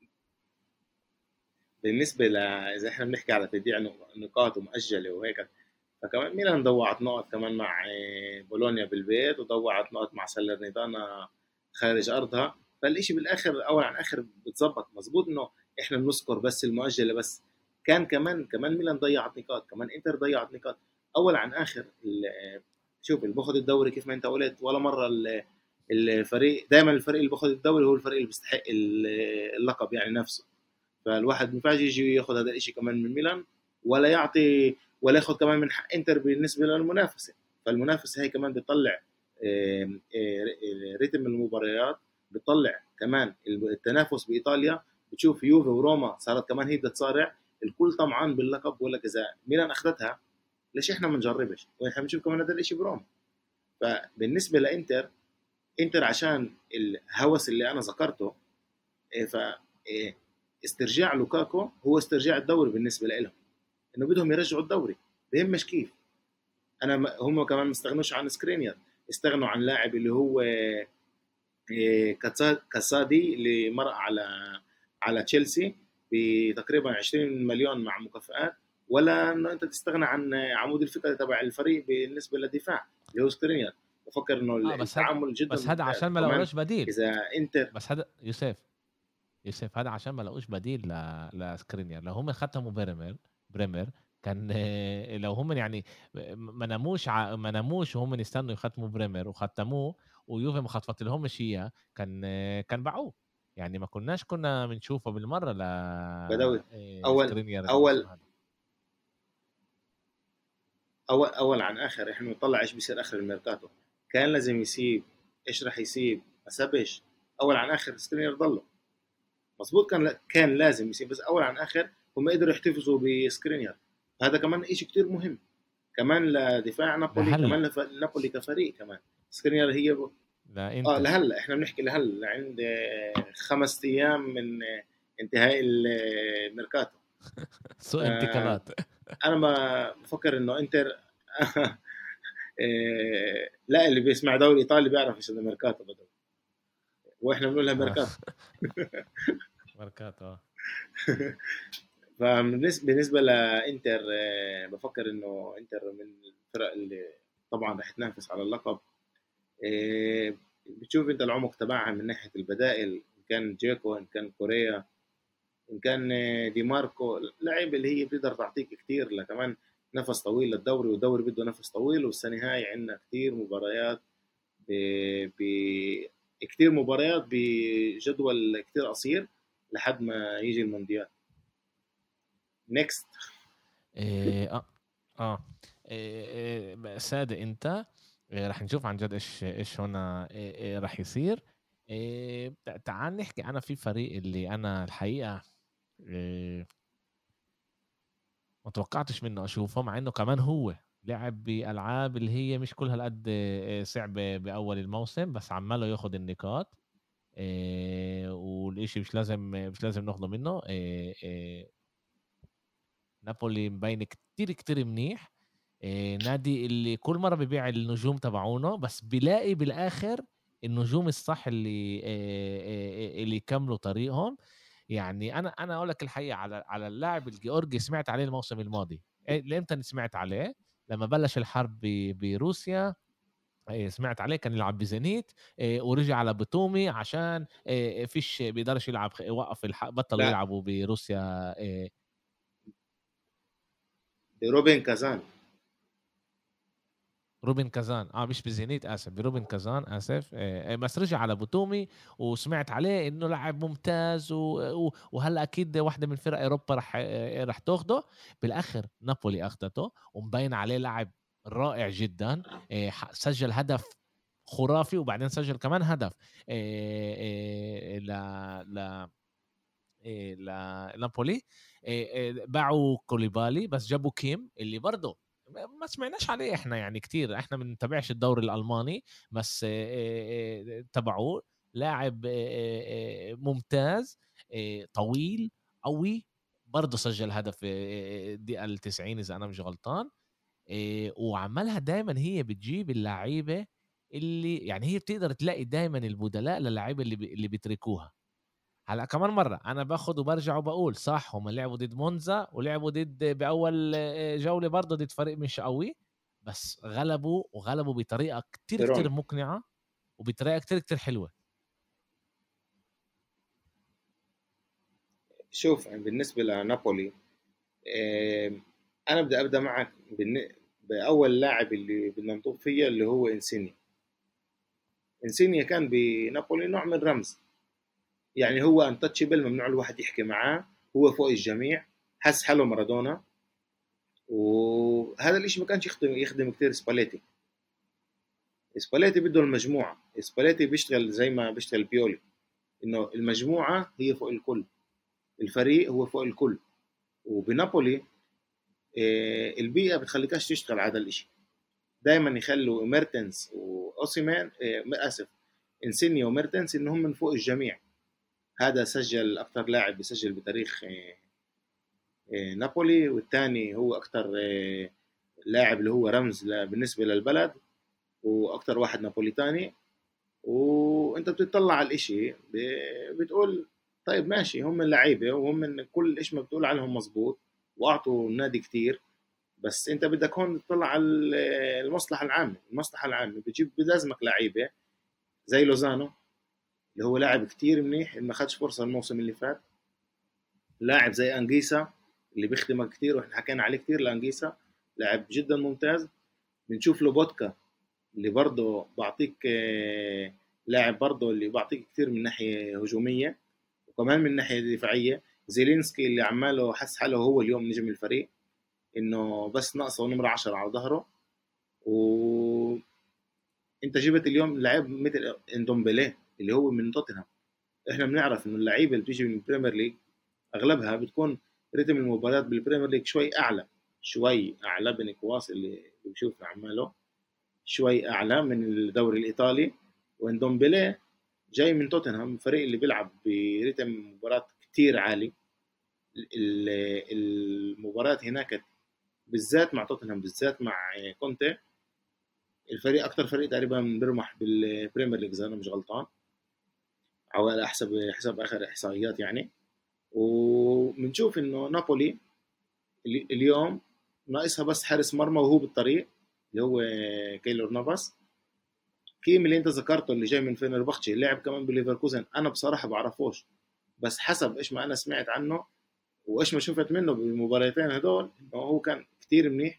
بالنسبه اذا احنا بنحكي على تضييع نقاط ومؤجله وهيك، فكمان ميلان ضوعت نقط كمان مع بولونيا بالبيت، وضوعت نقط مع سالرنيتانا خارج ارضها. فالإشي بالاخر اول عن اخر بتزبط مزبوط انه احنا بنذكر بس المؤجله بس. كان كمان ميلان ضيعت نقاط، كمان انتر ضيعت نقاط. اول عن اخر شوف اللي باخذ الدوري كيف ما انت قلت، ولا مره الفريق دائما الفريق اللي باخذ الدوري هو الفريق اللي بيستحق اللقب يعني نفسه. فالواحد ما ينفعش يجي ياخذ هذا الشيء كمان من ميلان، ولا يعطي ولا ياخذ كمان من حق انتر بالنسبه للمنافسه. فالمنافسه هي كمان بتطلع رتم المباريات، بتطلع كمان التنافس بايطاليا. بتشوف يوفي وروما صارت كمان هي بدها تصارع، الكل طمعان باللقب، بقول لك اذا ميلان اخذتها ليش احنا ما نجربش؟ واحنا بنشوف كمان هذا الشيء بروما. فبالنسبه لانتر، انتر عشان الهوس اللي انا ذكرته، ف استرجاع لوكاكو هو استرجاع الدوري بالنسبه لهم، انه بدهم يرجعوا الدوري بهمش كيف. هم كمان ما استغنوش عن سكرينير، استغنوا عن لاعب اللي هو كاسادي اللي مر على تشيلسي بتقريبا 20 مليون مع مكافآت، ولا انه انت تستغنى عن عمود الفكره تبع الفريق بالنسبه للدفاع اللي هو سكرينير. بفكر انه بس هذا التعامل جدا بس هذا ممتاز. عشان ما وكمان لقولوش بديل. اذا انت بس هذا يوسف هذا عشان ما لقوش بديل لسكرينير. لو هم ختموا بريمر كان لو هم يعني ما ناموش وهم يستنوا يختموا بريمر وختموه، ويوفي ما خطفت لهمش اياه، كان باعوه. يعني ما كنا بنشوفه بالمره بدوي اول سكرينير الموسم اول هذا. اول عن اخر احنا بنطلع ايش بيصير اخر الميركاتو. كان لازم يسيب، ايش راح يسيب؟ ما سابش. اول عن اخر سكرينير ضله مظبوط، كان لازم يسيب، بس اول عن اخر هم قدروا يحتفظوا بسكرينير. هذا كمان شيء كتير مهم كمان لدفاع نابولي، لهلا، كمان نابولي كفريق كمان. سكرينير هي لانتر لهلا احنا بنحكي لهلا عند 5 ايام من انتهاء الميركاتو. سوء انتقالات. انا ما بفكر انه انتر لا، اللي بيسمع دوري ايطالي بيعرف ايش ميركاتو بدل، واحنا بنقولها ميركاتو. ماركاتو. فبالنسبه لانتر، بفكر انه انتر من الفرق اللي طبعا رح تنافس على اللقب. بتشوف انت العمق تبعها من ناحيه البدائل، ان كان جيكو، ان كان كوريا، ان كان دي ماركو، لعيب اللي هي بتقدر تعطيك كتير كمان نفس طويل للدوري، والدوري بده نفس طويل. والسنه هاي عندنا كتير مباريات ب... ب... كتير مباريات بجدول كتير قصير لحد ما يجي المونديال. نيكست. إيه صادق انت. رح نشوف عن جد ايش هنا رح يصير. تعال نحكي. انا في فريق اللي انا الحقيقه إيه ما توقعتش منه اشوفه، مع انه كمان هو لعب بالعاب اللي هي مش كل هالقد صعبه باول الموسم، بس عماله ياخد النقاط. والإشي مش لازم ناخده منه. نابولي مبين كتير كتير منيح. نادي اللي كل مرة بيبيع النجوم تبعونه، بس بيلاقي بالآخر النجوم الصح اللي يكملوا طريقهم. يعني أنا أقول لك الحقيقة، على اللاعب الجيورجي سمعت عليه الموسم الماضي. لإمتى سمعت عليه؟ لما بلش الحرب بروسيا. سمعت عليه كان يلعب بزينيت. ورجع على بتومي عشان فيش بيقدرش يلعب، وقف بطلوا لا، يلعبوا بروسيا. دي روبن كازان. روبن كازان، مش بزينيت، اسف، بروبن كازان، اسف. بس رجع على بوتومي، وسمعت عليه انه لاعب ممتاز، وهلا اكيد واحده من فرق اوروبا رح تاخده. بالاخر نابولي اخذته، ومبين عليه لاعب رائع جدا. سجل هدف خرافي، وبعدين سجل كمان هدف ل ل لنابولي. باعوا كوليبالي بس جابوا كيم اللي برضه ما سمعناش عليه احنا يعني كتير، احنا ما بنتابعش الدوري الالماني بس تبعوه لاعب ممتاز، طويل قوي، برضه سجل هدف الدقيقة 90 اذا انا مش غلطان. وعمالها دايما هي بتجيب اللعيبة اللي يعني هي بتقدر تلاقي دايما البدلاء للعيبة اللي بيتركوها. هلا كمان مرة أنا باخد وبرجع وبقول صح، هم لعبوا ضد مونزا ولعبوا ضد بأول جولة برضه ضد فريق مش قوي، بس غلبوا وغلبوا بطريقة كتير كتير فيرون. مقنعة وبطريقة كتير كتير حلوة. شوف بالنسبة لنابولي، أنا بدي أبدأ معك بأول لاعب اللي بدنا نطوف فيه اللي هو إنسيني. إنسيني كان بنابولي نوع من رمز، يعني هو انتشبل، ممنوع الواحد يحكي معاه، هو فوق الجميع، حس حاله مارادونا. وهذا الاشي ما كانش يخدم كتير سباليتي. سباليتي بده المجموعة، سباليتي بيشتغل زي ما بيشتغل بيولي، انه المجموعة هي فوق الكل، الفريق هو فوق الكل. وبنابولي البيئة بتخليكاش تشتغل على هذا الاشي، دائما يخلوا ميرتنس واوسيمان، اسف، انسينيو وميرتنس انهم من فوق الجميع. هذا سجل اكثر لاعب بيسجل بتاريخ نابولي، والثاني هو اكثر لاعب اللي هو رمز بالنسبه للبلد، واكثر واحد نابوليتاني. وانت بتطلع على الاشي بتقول طيب ماشي، هم اللعيبه وهم من كل ايش ما بتقول عنهم مزبوط، واعطوا النادي كتير، بس انت بدك هون تطلع على المصلحه العامه. المصلحه العامه بتجيب بلازمك لعيبه زي لوزانو اللي هو لاعب كتير منيح، ما خدش فرصه الموسم اللي فات. لاعب زي انجيسا اللي بيخدمك كتير، واحنا حكينا عليه كتير، لانجيسا لاعب جدا ممتاز. بنشوف له بودكا اللي برضه بعطيك لاعب برضه اللي بعطيك كتير من ناحيه هجوميه وكمان من ناحيه دفاعيه. زيلينسكي اللي عماله حس حاله هو اليوم نجم الفريق، انه بس ناقصه نمره 10 على ظهره. وانت جبت اليوم لاعب مثل اندومبلي اللي هو من توتنهام. احنا بنعرف انه اللعيبه اللي بتيجي من البريمير ليج اغلبها بتكون رتم المباريات بالبريمير ليج شوي اعلى، شوي اعلى. بنكواس اللي بشوفنا عماله شوي اعلى من الدوري الايطالي. واندومبلي جاي من توتنهام، الفريق اللي بيلعب برتم مباراة كتير عالي. المباراة هناك بالذات مع توتنهام، بالذات مع كونتي، الفريق اكتر فريق تقريبا بيرمح بالبريمير ليج اذا انا مش غلطان، او على حسب اخر احصائيات يعني. وبنشوف انه نابولي اليوم ناقصها بس حارس مرمى وهو بالطريق، اللي هو كيلور نافاس. كيم اللي انت ذكرته اللي جاي من فينربخشي لعب كمان بليفركوزن، انا بصراحه بعرفوش، بس حسب ايش ما انا سمعت عنه وايش ما شفت منه بالمباراتين هدول انه هو كان كتير منيح.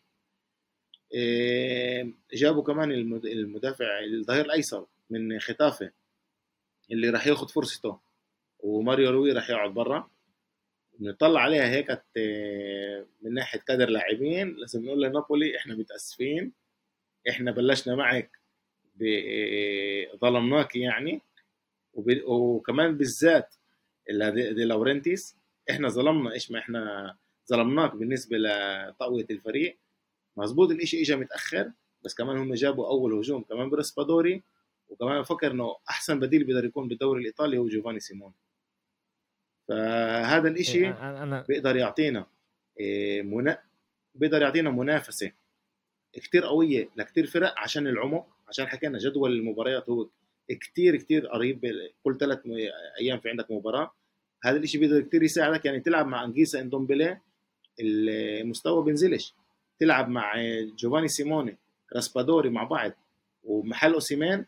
جابوا كمان المدافع الظهير الايسر من ختافه اللي راح ياخذ فرصته، وماريو روي راح يقعد برا. بنطلع عليها هيك من ناحيه كادر لاعبين لازم نقول لنابولي احنا متاسفين، احنا بلشنا معك ظلمناك يعني. وكمان بالذات دي لورنتيس، احنا ظلمنا ايش ما احنا ظلمناك بالنسبه لتقويه الفريق. مظبوط الاشي اجى متاخر، بس كمان هم جابوا اول هجوم كمان برسبادوري، وكمان فكر انه احسن بديل بيقدر يكون بالدوري الايطالي هو جوفاني سيمون. فهذا الاشي انا بيقدر يعطينا بيقدر يعطينا منافسه كتير قويه لكتير فرق، عشان العمق، عشان حكينا جدول المباريات هو كتير كتير قريب، كل 3 ايام في عندك مباراه. هذا الاشي بيقدر كتير يساعدك يعني تلعب مع انجيسا اندومبلي المستوى بينزلش، تلعب مع جوفاني سيموني راسبادوري مع بعض ومحل اوسيمان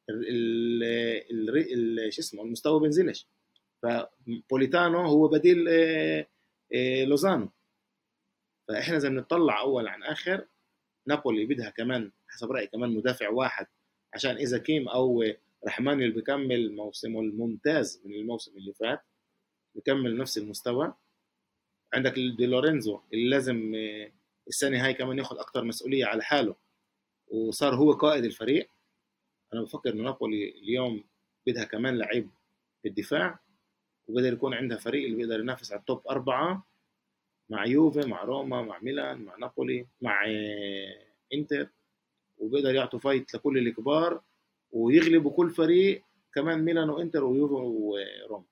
شو اسمه المستوى بينزلش. فبوليتانو هو بديل لوزانو. فاحنا اذا بنطلع اول عن اخر، نابولي بدها كمان حسب رايي كمان مدافع واحد، عشان اذا كيم او رحماني اللي بيكمل موسمه الممتاز من الموسم اللي فات بيكمل نفس المستوى. عندك دي لورينزو اللي لازم السنه هاي كمان ياخذ اكتر مسؤوليه على حاله، وصار هو قائد الفريق. انا بفكر ان نابولي اليوم بدها كمان لعيب بالدفاع، وبدأ يكون عندها فريق اللي بيقدر ينافس على التوب 4 مع يوفي، مع روما، مع ميلان، مع نابولي، مع انتر، وبيقدر يعطوا فايت لكل الكبار ويغلبوا كل فريق، كمان ميلان وانتر ويوفي وروما.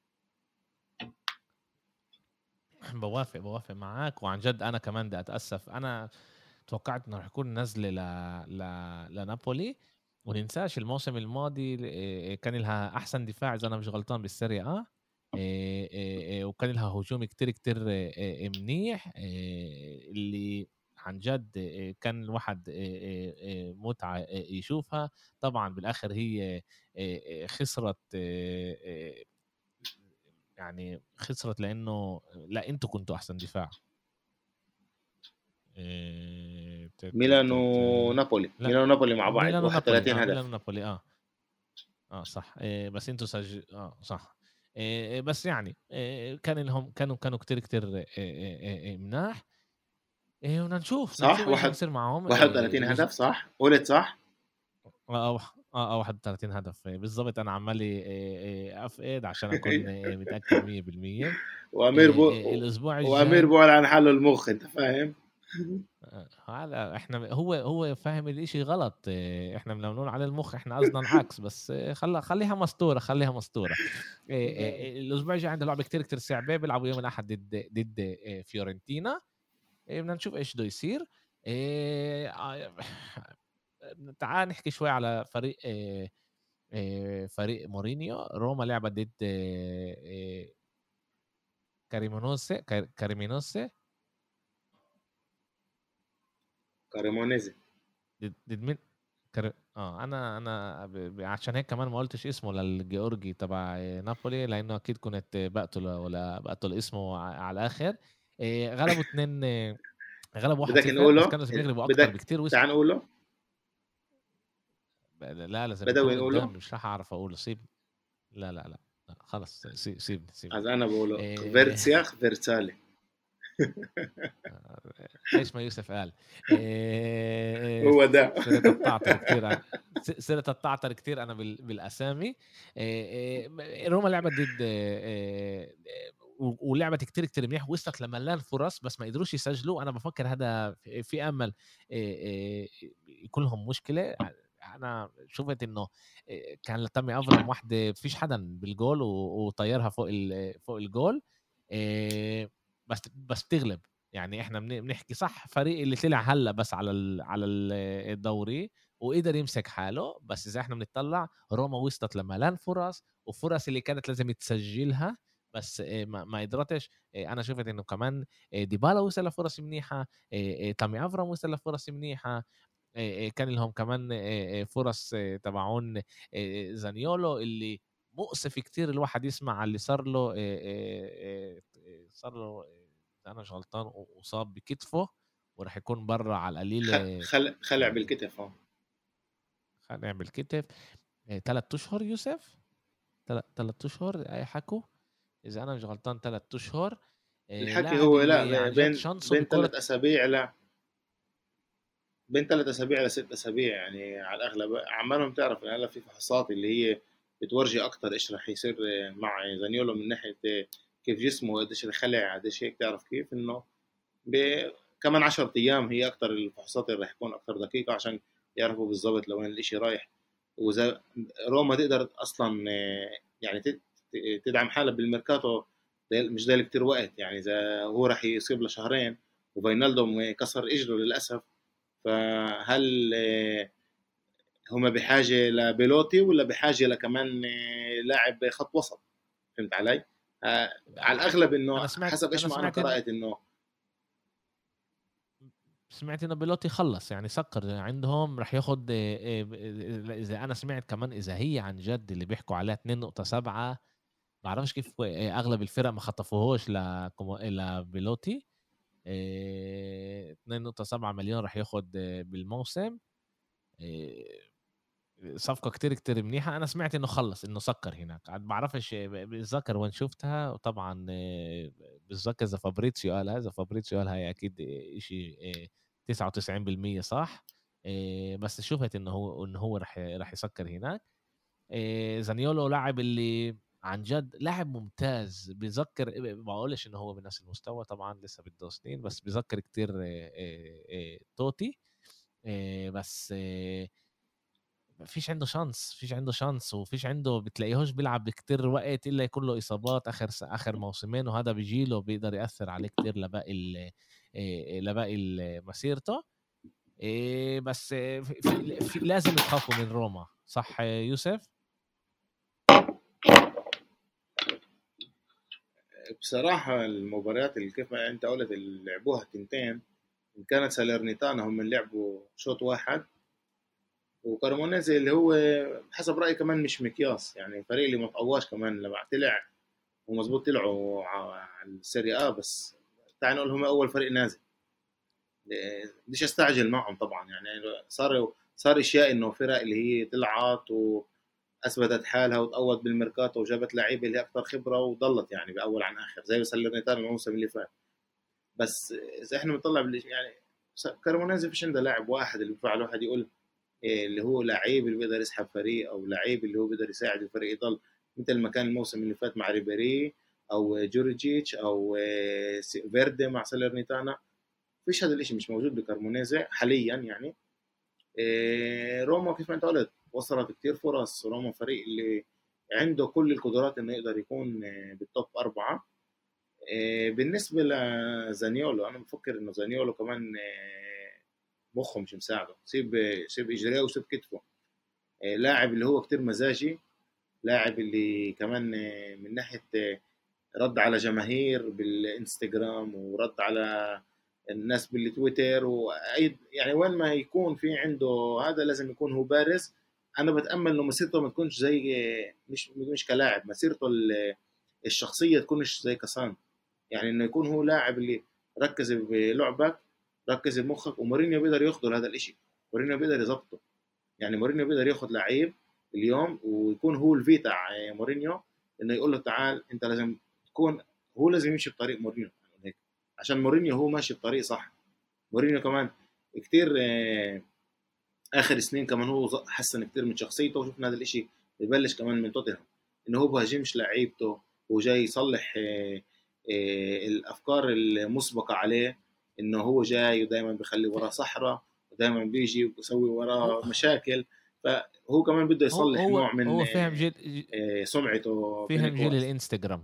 بوافق معاك، وعن جد انا كمان بدي اتاسف. انا توقعت انه رح يكون نزله لنابولي. وننساش الموسم الماضي كان لها احسن دفاع اذا انا مش غلطان بالسيريا وكان لها هجوم كتير كتير منيح اللي عن جد كان الواحد متعة يشوفها. طبعا بالاخر هي خسرت يعني خسرت لانه لا انتوا كنتوا احسن دفاع. ميلان ونابولي، لا، ميلان ونابولي مع بعض ميلان ونابولي 31 ميلان هدف. ونابولي صح. بس انتوا صح. بس يعني كان لهم كانوا كتير كتير مناح. بدنا نشوف صح، ايش هيصير معهم 31 هدف، صح قلت صح. اه 31 هدف بالضبط. انا عمالي افقد عشان اكون متاكد 100%. وامير الاسبوع وامير الجاي بقول عن حاله المخ، انت فاهم. هذا احنا هو فاهم الاشي غلط. احنا لما بنقول على المخ احنا قصدنا العكس. بس خليها مستوره خليها مستوره. الاسبوع الجاي عنده لعبه كتير كتير صعبه، بيلعبوا يوم الاحد ضد فيورنتينا. بدنا نشوف ايش بده يصير. تعال نحكي شوي على فريق فريق مورينيو. روما لعبت ضد كاريمينوسي. كاريمونيزي. ضد مين؟ انا عشان هيك كمان ما قلتش اسمه للجيورجي تبع نابولي، لانه اكيد كنت بقتل ولا بقتل اسمه على الاخر. غلبوا اتنين غلبوا بدك 1-0 بس نقوله، كانوا لازم يغلبوا اكتر بدك بكتير تعال نقوله. لا لازم بدوي يكون نقوله. قدام، مش راح اعرف اقوله. سيب. لا خلص سيبني. از انا بقوله إيه... فيرتسياخ فيرتالي. ايش ما يوسف قال. هو ده. صرت اتعطر كتير انا. صرت اتعطر كتير انا بالاسامي. روما لعبت ضد ولعبت كتير كتير منيح، وصلت لملان فرص بس ما قدروش يسجلوا. انا بفكر هذا في امل يكون لهم مشكله. انا شفت انه كان لتامي افرام واحده فيش حدا بالجول وطيرها فوق الجول. بس بتغلب. يعني احنا بنحكي صح فريق اللي طلع هلا بس على الدوري وقدر يمسك حاله. بس اذا احنا بنطلع روما وصلت لملان فرص، وفرص اللي كانت لازم تسجلها بس ما قدرتش. انا شفت انه كمان ديبالا وصل لفرص منيحه. تامي افرام وصل لفرص منيحه. كان لهم كمان فرص تبعون زانيولو اللي مؤسف كتير الواحد يسمع على اللي صار له. صار له انا مش غلطان وصاب بكتفه وراح يكون برا على القليل. خلع بالكتف. خلينا نعمل كتف 3 اشهر يوسف. 3 اشهر اي حكوا اذا انا مش غلطان 3 اشهر. الحكي لاعب هو لا، اللي عن جد شانسه بين بكرة. 3 اسابيع بين 3 اسابيع ل6 اسابيع يعني على الاغلب. عمالهم تعرف ان هلا في فحوصات اللي هي بتورجي اكتر ايش راح يصير مع زانيولو من ناحيه كيف جسمه، قديش الخلع، قديش هيك، تعرف كيف انه كمان 10 ايام هي اكتر الفحوصات اللي راح يكون اكتر دقيقه عشان يعرفوا بالضبط لوين الاشي رايح. واذا روما تقدر اصلا يعني تدعم حالها بالميركاتو، مش ضايل كتير وقت يعني. اذا هو راح يصيب له شهرين وفاينالدوم كسر اجره للاسف، فهل هم بحاجه لبيلوتي ولا بحاجه لكمان لاعب خط وسط؟ فهمت علي؟ على الاغلب انه حسب ايش انا ما انا سمعت ان قرات انه سمعت انه بيلوتي خلص يعني سكر عندهم راح ياخد اذا انا سمعت كمان اذا هي عن جد اللي بيحكوا عليها 2.7. بعرفش كيف اغلب الفرق ما خطفوهوش لبيلوتي. 2.7 مليون راح ياخد بالموسم. صفقة كتير كتير منيحة. أنا سمعت إنه خلص إنه سكر هناك. عاد بعرفش بتذكر وين شفتها طبعا. بتذكر إذا فابريتسيو قالها. إذا فابريتسيو قالها هي أكيد إشي 99% صح. بس شفت إنه هو رح يسكر هناك. زانيولو لاعب اللي عن جد لاعب ممتاز، بيذكر، ما بقولش انه هو بنفس المستوى طبعا، لسه بده سنين، بس بيذكر كتير توتي. بس فيش عنده شانس، فيش عنده شانس، وفيش عنده، بتلاقيهوش بيلعب كتير وقت الا يكون له اصابات اخر موسمين، وهذا بيجي له بيقدر ياثر عليه كتير لباقي مسيرته. بس لازم تخافوا من روما، صح يوسف؟ بصراحة المباريات اللي كيف ما انت قلت اللي لعبوها تنتين، إن كانت سالرنيتانا هم اللي لعبوا شوط واحد، وكرمونيزي اللي هو حسب رأيي كمان مش مقياس، يعني الفريق اللي ما تقواش كمان لما طلع، ومظبوط طلعوا على السيريا بس تعال نقول هم اول فريق نازل. بديش استعجل معهم طبعا، يعني صار اشياء انه فرق اللي هي طلعت واثبتت حالها وتقوت بالميركاتو وجابت لعيبه اللي هي اكثر خبره وضلت يعني باول عن اخر زي سالرنيتانا الموسم اللي فات. بس اذا احنا بنطلع يعني كارمونيزي فيش عنده لاعب واحد اللي بينفع الواحد يقول اللي هو لعيب اللي بيقدر يسحب فريق، او لعيب اللي هو بيقدر يساعد الفريق يضل مثل ما كان الموسم اللي فات مع ريبيري او جورجيتش او فيردي مع سالرنيتانا. فيش هذا الاشي مش موجود بكارمونيزي حاليا يعني. روما كيف ما انت قلت وصلت كتير فرص، روما فريق اللي عنده كل القدرات انه يقدر يكون بالتوب أربعة. بالنسبة لزانيولو أنا بفكر إنه زانيولو كمان مخه مش مساعده، سيب إجريه وسيب كتفه. لاعب اللي هو كتير مزاجي، لاعب اللي كمان من ناحية رد على جماهير بالانستغرام ورد على الناس بالتويتر، واي يعني وين ما يكون في عنده هذا لازم يكون هو بارز. انا بتامل انه مسيرته ما تكونش زي مش كلاعب، مسيرته الشخصيه تكونش زي كاسان، يعني انه يكون هو لاعب اللي ركز بلعبك، ركز بمخك، ومورينيو بيقدر ياخذ هذا الاشي، مورينيو بيقدر يظبطه. يعني مورينيو بيقدر ياخذ لعيب اليوم ويكون هو الفي تاع مورينيو، انه يقول له تعال انت لازم تكون، هو لازم يمشي بطريق مورينيو هيك، عشان مورينيو هو ماشي بطريق صح. مورينيو كمان كتير اخر سنين كمان هو حسن كتير من شخصيته، وشفنا هذا الاشي ببلش كمان من توتنهام، انه هو بهاجمش لعيبته، هو جاي يصلح الافكار المسبقه عليه، انه هو جاي ودائما بيخلي وراه صحراء، ودائما بيجي وبيسوي هو وراه مشاكل. فهو كمان بده هو يصلح هو نوع من هو فهم جيل، سمعته فهم جيل بينيكواس. الانستغرام،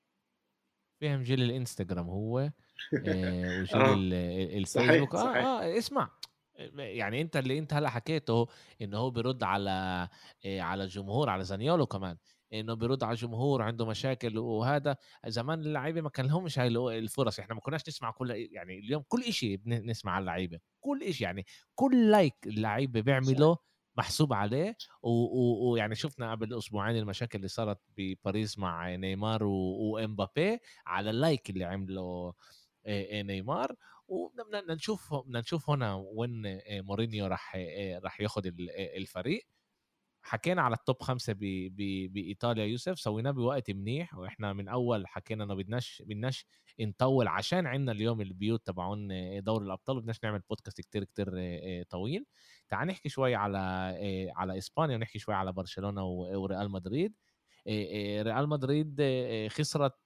فهم جيل الانستغرام هو، وجيل اه صحيح الفيسبوك. صحيح. اسمع، يعني انت اللي انت هلا حكيته، انه هو بيرد على الجمهور، على زانيولو كمان، انه بيرد على الجمهور، عنده مشاكل وهذا. زمان اللعيبه ما كان لهمش هاي الفرص، احنا ما كناش نسمع كل، يعني اليوم كل إشي نسمع على اللعيبه، كل إشي، يعني كل لايك اللعيبه صحيح بيعمله محسوب عليه. ويعني شفنا قبل اسبوعين المشاكل اللي صارت بباريس مع نيمار وامبابي على اللايك اللي عمله نيمار. وبدنا نشوف هنا وين مورينيو راح ياخد الفريق. حكينا على التوب 5 بإيطاليا يوسف، سويناه بوقت منيح، واحنا من اول حكينا انه بدناش نطول، عشان عندنا اليوم البيوت تبعون دور الابطال، بدناش نعمل بودكاست كتير كتير طويل. تعال نحكي شوي على اسبانيا، ونحكي شوي على برشلونة وريال مدريد. ريال مدريد خسرت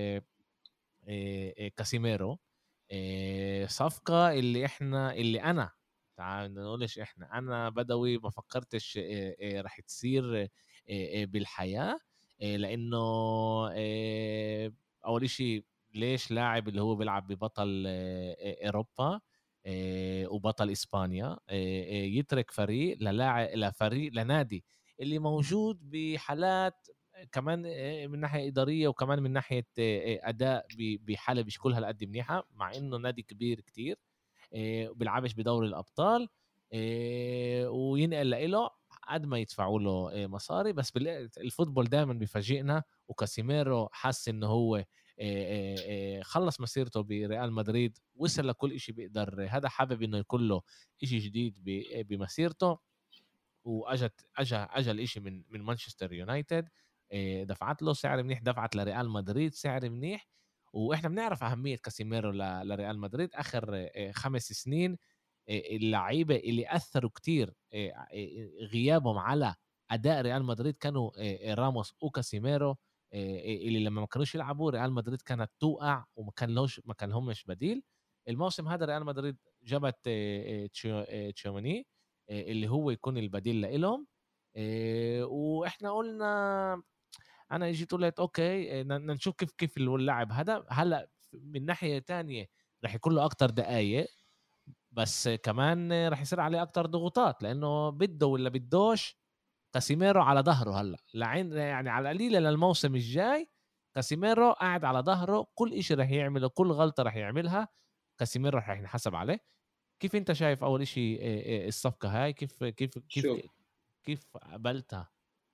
كاسيميرو. صفقة اللي أنا، تعال نقولش إحنا، أنا بدوي ما فكرتش رح تصير بالحياة. لأنه أول إشي، ليش لاعب اللي هو بيلعب ببطل أوروبا وبطل إسبانيا يترك فريق لفريق لنادي اللي موجود بحالات كمان من ناحيه اداريه، وكمان من ناحيه اداء بحاله مش كلها قد منيحه، مع انه نادي كبير كتير بيلعبش بدوري الابطال، وينقل له قد ما يدفعوا له مصاري. بس الفوتبول دائما بيفاجئنا، وكاسيميرو حس انه هو خلص مسيرته بريال مدريد، وصل لكل إشي بيقدر، هذا حابب انه يكون له إشي جديد بمسيرته. اجى الاشي من مانشستر يونايتد، دفعت له سعر منيح، دفعت لريال مدريد سعر منيح. واحنا بنعرف اهميه كاسيميرو لريال مدريد اخر 5 سنين. اللعيبه اللي اثروا كتير غيابهم على اداء ريال مدريد كانوا راموس وكاسيميرو. اللي لما ما كانوش يلعبوا ريال مدريد كانت توقع وما كان لهمش بديل. الموسم هذا ريال مدريد جابت تشوماني اللي هو يكون البديل لهم. واحنا قلنا انا اجيت قلت اوكي نشوف كيف اللاعب هذا هلا من ناحيه تانية رح يكون له اكتر دقائق، بس كمان رح يصير عليه اكتر ضغوطات لانه بده ولا بدوش كاسيميرو على ظهره هلا لعين يعني على القليله للموسم الجاي. كاسيميرو قاعد على ظهره، كل إشي رح يعمله، كل غلطه رح يعملها كاسيميرو رح ينحسب عليه. كيف انت شايف اول إشي الصفقه هاي؟ شوف، كيف قبلتها؟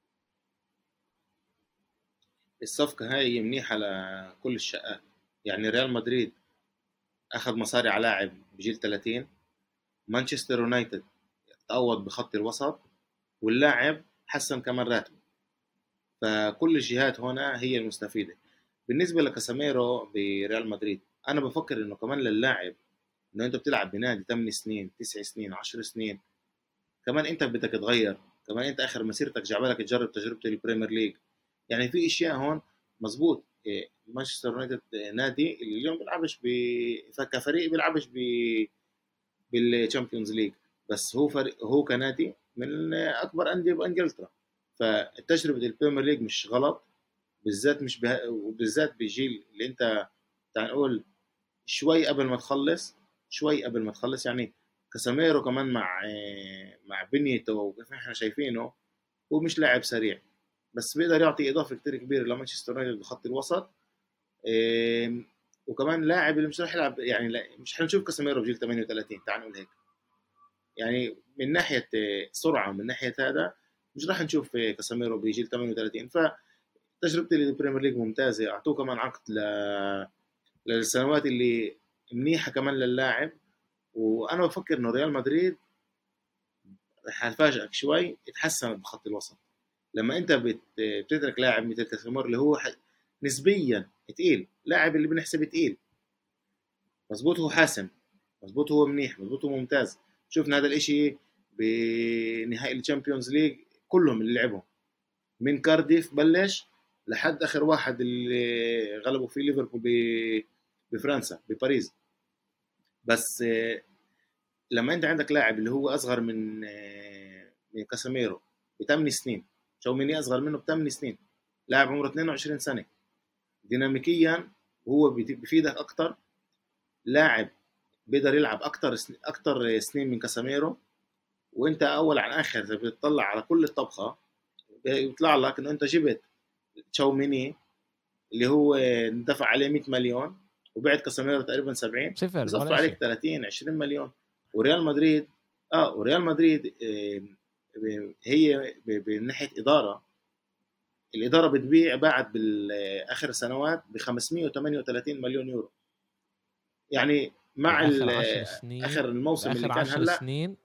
الصفقة هاي منيحة لكل الشقات. يعني ريال مدريد أخذ مصاري على لاعب بجيل 30، مانشستر يونايتد تعوض بخط الوسط، واللاعب حسن كمان راتبه. فكل الجهات هنا هي المستفيدة. بالنسبة لكاساميرو بريال مدريد، أنا بفكر إنه كمان للاعب، إنه أنت بتلعب بنادي 8 سنين 9 سنين 10 سنين، كمان أنت بدك تغير. كمان أنت آخر مسيرتك جعبالك تجرب تجربة البريمير ليج. يعني في اشياء هون مظبوط. مانشستر يونايتد نادي اللي اليوم بيلعبش كفريق بيلعبش بالتشامبيونز ليج، بس هو فريق، هو كنادي من اكبر انديه بانجلترا. فالتجربه البريمير ليج مش غلط، بالذات مش وبالذات بجيل اللي انت تعال نقول شوي قبل ما تخلص، شوي قبل ما تخلص يعني. كاساميرو كمان مع بنيته وكيف احنا شايفينه، هو مش لاعب سريع، بس بيقدر يعطي اضافه كتير كبيره لمانشستر يونايتد بخط الوسط. وكمان لاعب اللي مش راح يلعب يعني، مش حنشوف كاسيميرو بجيل 38، تعال نقول هيك. يعني من ناحيه سرعه، من ناحيه هذا مش راح نشوف كاسيميرو بجيل 38. فتجربتي للبريمير ليج ممتازه، اعطوه كمان عقد للسنوات اللي منيحه كمان للاعب. وانا بفكر انه ريال مدريد رح افاجئك شوي، اتحسنت بخط الوسط. لما انت بتترك لاعب مثل كاسيميرو اللي هو نسبيا تقيل، لاعب اللي بنحسب تقيل، مظبوط هو حاسم، مظبوط هو منيح، مظبوط هو ممتاز. شفنا هذا الاشي بنهائي الشامبيونز ليج، كلهم اللي لعبهم من كارديف بلش لحد اخر واحد اللي غلبوا فيه ليفربول بفرنسا بباريس. بس لما انت عندك لاعب اللي هو اصغر من كاسيميرو ب8 سنين، تشاوميني اصغر منه ب8 سنين، لاعب عمره 22 سنه، ديناميكيا هو بيفيدك اكتر، لاعب بيقدر يلعب اكتر سنين من كاساميرو. وانت اول عن اخر اذا بتطلع على كل الطبخه بيطلع لك انه انت جبت تشاوميني اللي هو دفع عليه 100 مليون وبعت كاساميرو تقريبا 70، صفر بصفوا ولا عليك شيء. 30 20 مليون. وريال مدريد وريال مدريد هي من ناحيه اداره، الاداره بتبيع بعد بالاخر سنوات ب 538 مليون يورو. يعني مع واخر 10 سنين، اخر الموسم اللي باخر كان 10 هلا، سنين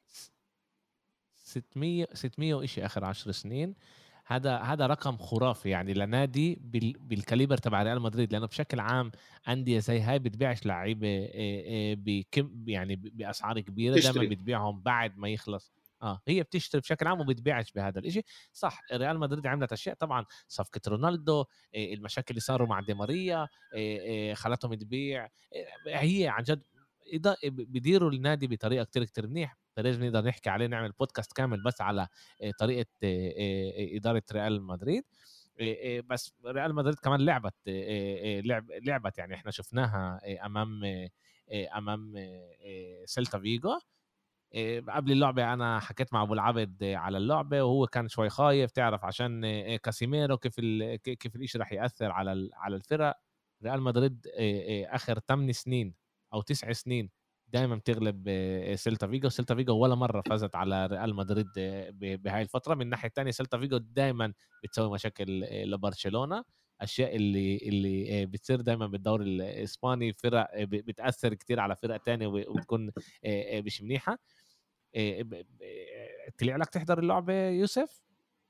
600 وإشي اخر 10 سنين. هذا رقم خرافي يعني لنادي بالكاليبر تبع ريال مدريد، لانه بشكل عام انديه زي هاي بتبيعش لعيبه بكم يعني باسعار كبيره، دائما تشتري. بتبيعهم بعد ما يخلص. هي بتشتري بشكل عام وبتبيعش بهذا الاشي. صح، ريال مدريد عملت اشياء طبعا، صفقه رونالدو، المشاكل اللي صاروا مع دي ماريا خلتهم تبيع. هي عن جد بيديروا النادي بطريقه كتير كتير منيح. لازم نقدر نحكي عليه، نعمل بودكاست كامل بس على طريقه اداره ريال مدريد. بس ريال مدريد كمان لعبت يعني احنا شفناها امام سيلتا فيجو. قبل اللعبة أنا حكيت مع أبو العبد على اللعبة وهو كان شوي خايف، تعرف عشان كاسيميرو كيف الإشي رح يأثر على الفرق. ريال مدريد آخر 8 سنين أو 9 سنين دائما بتغلب سيلتا فيجو ولا مرة فازت على ريال مدريد بهاي الفترة. من الناحية الثانية سيلتا فيجو دائما بتسوي مشاكل لبرشلونة. اشياء اللي بتصير دائما بالدوري الاسباني، فرق بتاثر كتير على فرق تانية وبتكون مش منيحه. طلع لك تحضر اللعبة يوسف؟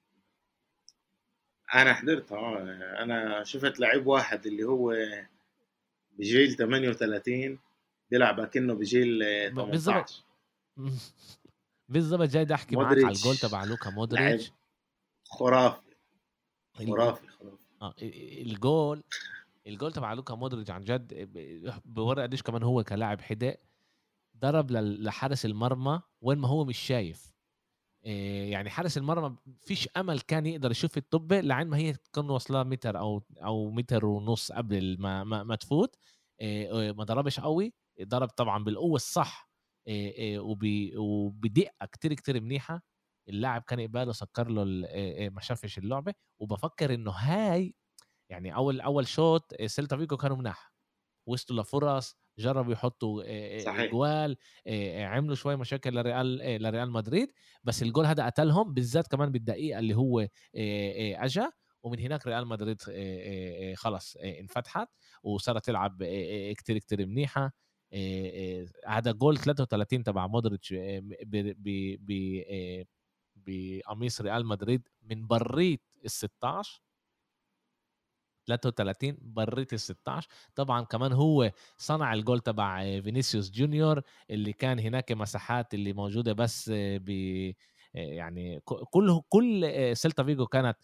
انا حضرت. انا شفت لعيب واحد اللي هو بجيل 38 بيلعب كأنه بجيل بالضبط. 18. بالضبط، جاي احكي معك على الجول مودريتش تبع لوكا لعب مودريتش. خرافي خرافي خرافي. الجول تبع لوكا مودريتش عن جد بورق قديش كمان هو كلاعب حدق، ضرب لحارس المرمى وين ما هو مش شايف. يعني حارس المرمى فيش امل كان يقدر يشوف الطبه لعين ما هي تكون واصله متر او متر ونص قبل ما تفوت. ما ضربش قوي، ضرب طبعا بالقوه الصح، وبدقه كتير كتير منيحه. اللاعب كان يقبله سكر له ما شافش اللعبه. وبفكر انه هاي يعني اول شوط سيلتا فيجو كانوا مناح، وصلوا لفرص، جربوا يحطوا صحيح. جوال، عملوا شوي مشاكل لريال مدريد. بس الجول هذا قتلهم بالذات كمان بالدقيقه اللي هو اجا. ومن هناك ريال مدريد خلص انفتحت وصارت تلعب كتير كتير منيحه. هذا جول 33 تبع مودريتش بقميص ريال مدريد من بريت ال16. 33 بريت ال16. طبعا كمان هو صنع الجول تبع فينيسيوس جونيور اللي كان هناك مساحات اللي موجوده بس يعني كل سيلتا فيجو كانت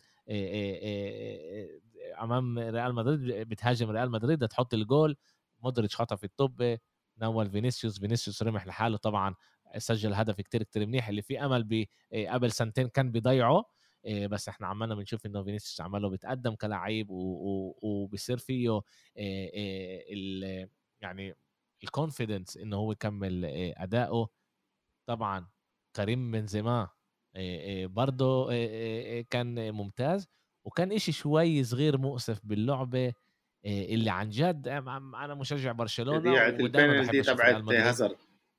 امام ريال مدريد بتهاجم ريال مدريد تحط الجول. مودريتش خطف الطب، نول فينيسيوس رمح لحاله طبعا، سجل هدف كتير كتير منيح اللي في امل قبل سنتين كان بيضيعه. بس احنا عمالنا بنشوف انه فينيسيوس عماله بيتقدم كلاعب وبيصير فيه يعني الكونفيدنس انه هو يكمل اداؤه. طبعا كريم بنزيما برضه كان ممتاز، وكان اشي شوي صغير مؤسف باللعبة اللي عن جد انا مشجع برشلونة تضييع ودائما بحب البنالتي اشوف ريال تبعت مدريد هازارد.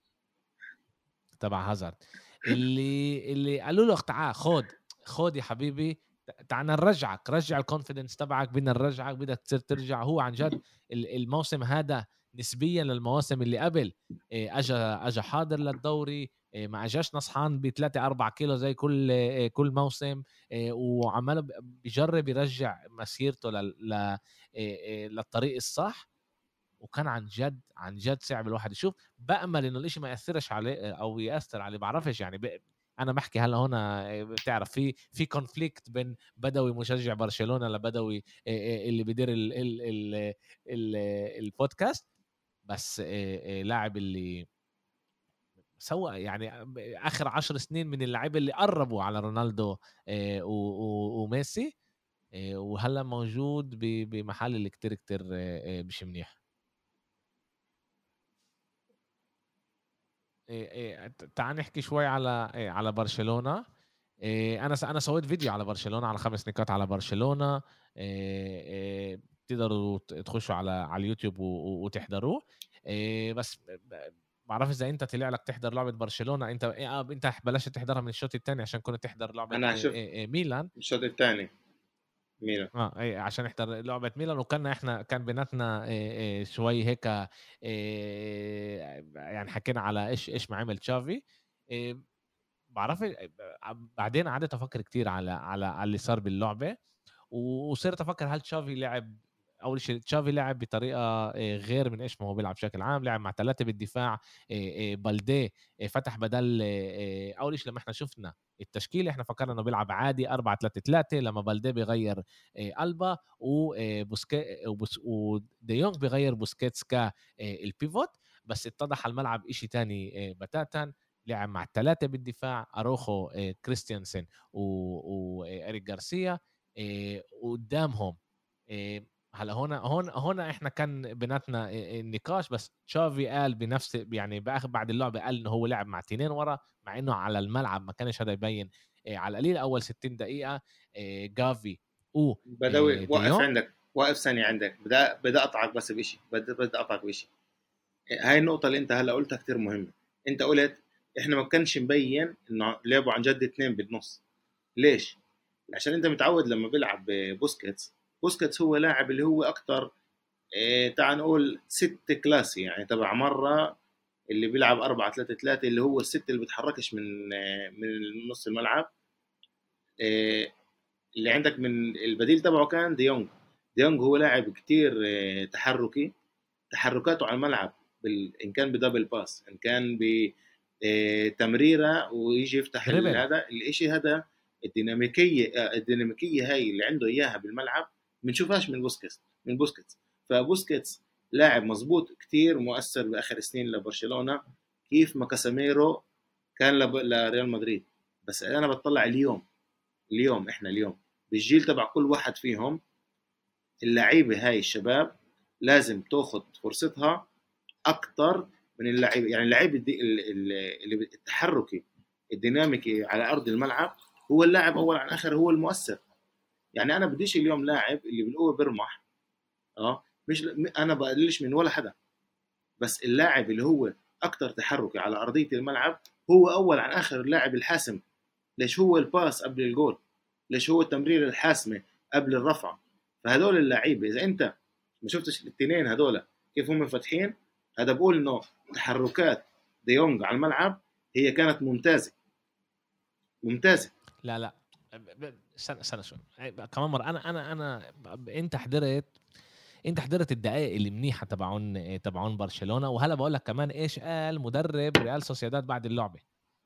تبع هازارد. اللي قالوا له تعال خد يا حبيبي، تعال نرجعك، رجع الكونفيدنس تبعك، بدنا نرجعك، بدك تصير ترجع. هو عن جد الموسم هذا نسبيا للمواسم اللي قبل اجا حاضر للدوري، ما اجاش نصحان ب3-4 كيلو زي كل موسم، وعماله بيجرب يرجع مسيرته للطريق الصح. وكان عن جد صعب الواحد يشوف. بأمل انه الاشي ما ياثرش عليه او ياثر عليه، بعرفش يعني انا بحكي هلا هنا بتعرف في كونفليكت بين بدوي مشجع برشلونة لبدوي اللي بيدير ال البودكاست. بس لاعب اللي سوى يعني اخر 10 سنين من اللعيبه اللي قربوا على رونالدو وميسي، وهلا موجود بمحل اللي كتير كتير مش منيح. تعال نحكي شوي على برشلونة. انا سويت فيديو على برشلونة، على 5 نقاط على برشلونة. تقدروا تخشوا على اليوتيوب وتحضروه. بس بعرف اذا انت طلع لك تحضر لعبة برشلونة. انت بلشت تحضرها من الشوط الثاني عشان كنت تحضر لعبة انا شفت ميلان. الشوط الثاني ميلان. اي عشان نحضر لعبة ميلان، وكان احنا كان بيناتنا شوي هيك يعني حكينا على ايش ما عمل تشافي. بعرف بعدين قعدت افكر كتير على اللي صار باللعبة، وصرت افكر هل تشافي لعب. اول شيء تشافي لعب بطريقه غير من ايش ما هو بيلعب بشكل عام. لعب مع 3 بالدفاع، بلديه فتح بدل. اول شيء لما احنا شفنا التشكيله احنا فكرنا انه بيلعب عادي 4-3-3، لما بلديه بيغير البا وديونج بيغير بوسكيتس البيفوت. بس اتضح على الملعب إشي تاني بتاتا. لعب مع 3 بالدفاع، اروخو، كريستيانسن وإريك جارسيا قدامهم. هلا هنا احنا كان بيناتنا النقاش. بس تشافي قال بنفس يعني باخر بعد اللعبه قال انه هو لعب مع 2 ورا، مع انه على الملعب ما كانش هذا يبين. على القليل اول 60 دقيقه جافي و بدوي وقف ديونج. عندك، وقف ثانية عندك، بدأ أقطعك بس بشيء، بدأ أقطعك بشيء. هاي النقطة اللي أنت هلا قلتها كتير مهمة. أنت قلت إحنا ما كانش مبين إنه لعبوا عن جد اثنين بالنص. ليش؟ عشان أنت متعود لما بيلعب بوسكيتس هو لاعب اللي هو أكتر تعال نقول 6 كلاسي، يعني تبع مرة اللي بيلعب 4-3-3 اللي هو الست اللي بيتحركش من نص الملعب. آه، اللي عندك من البديل تبعه كان ديونج هو لاعب كتير تحركي، تحركاته على الملعب ان كان بدبل باس، ان كان بتمريره ويجي يفتح دريبل. هذا الاشي، هذا الديناميكيه هاي اللي عنده اياها بالملعب بنشوفهاش من بوسكيتس. فبوسكيتس لاعب مظبوط كتير مؤثر باخر سنين لبرشلونه، كيف ما كاساميرو كان لريال مدريد. بس انا بطلع اليوم احنا اليوم بالجيل تبع كل واحد فيهم، اللعيبه هاي الشباب لازم تاخذ فرصتها اكثر من اللعيبه. يعني اللعيب اللي التحركي الديناميكي على ارض الملعب، هو اللاعب اول عن اخر هو المؤثر. يعني انا بديش اليوم لاعب اللي بالقوه بيرمح، مش انا بقللش من ولا حدا، بس اللاعب اللي هو اكثر تحركي على ارضيه الملعب هو اول عن اخر اللاعب الحاسم. ليش؟ هو الباس قبل الجول، ليش هو التمرير الحاسمه قبل الرفعه. فهدول اللعيبه اذا انت ما شفتش الاثنين هدول كيف هم فاتحين، هذا بقول انه تحركات ديونج على الملعب هي كانت ممتازه. لا لا، استنى شوي كمان مره. انا انت حضرت الدقائق اللي منيحه تبعون برشلونه. وهلا بقول لك كمان ايش قال مدرب ريال سوسيداد بعد اللعبه.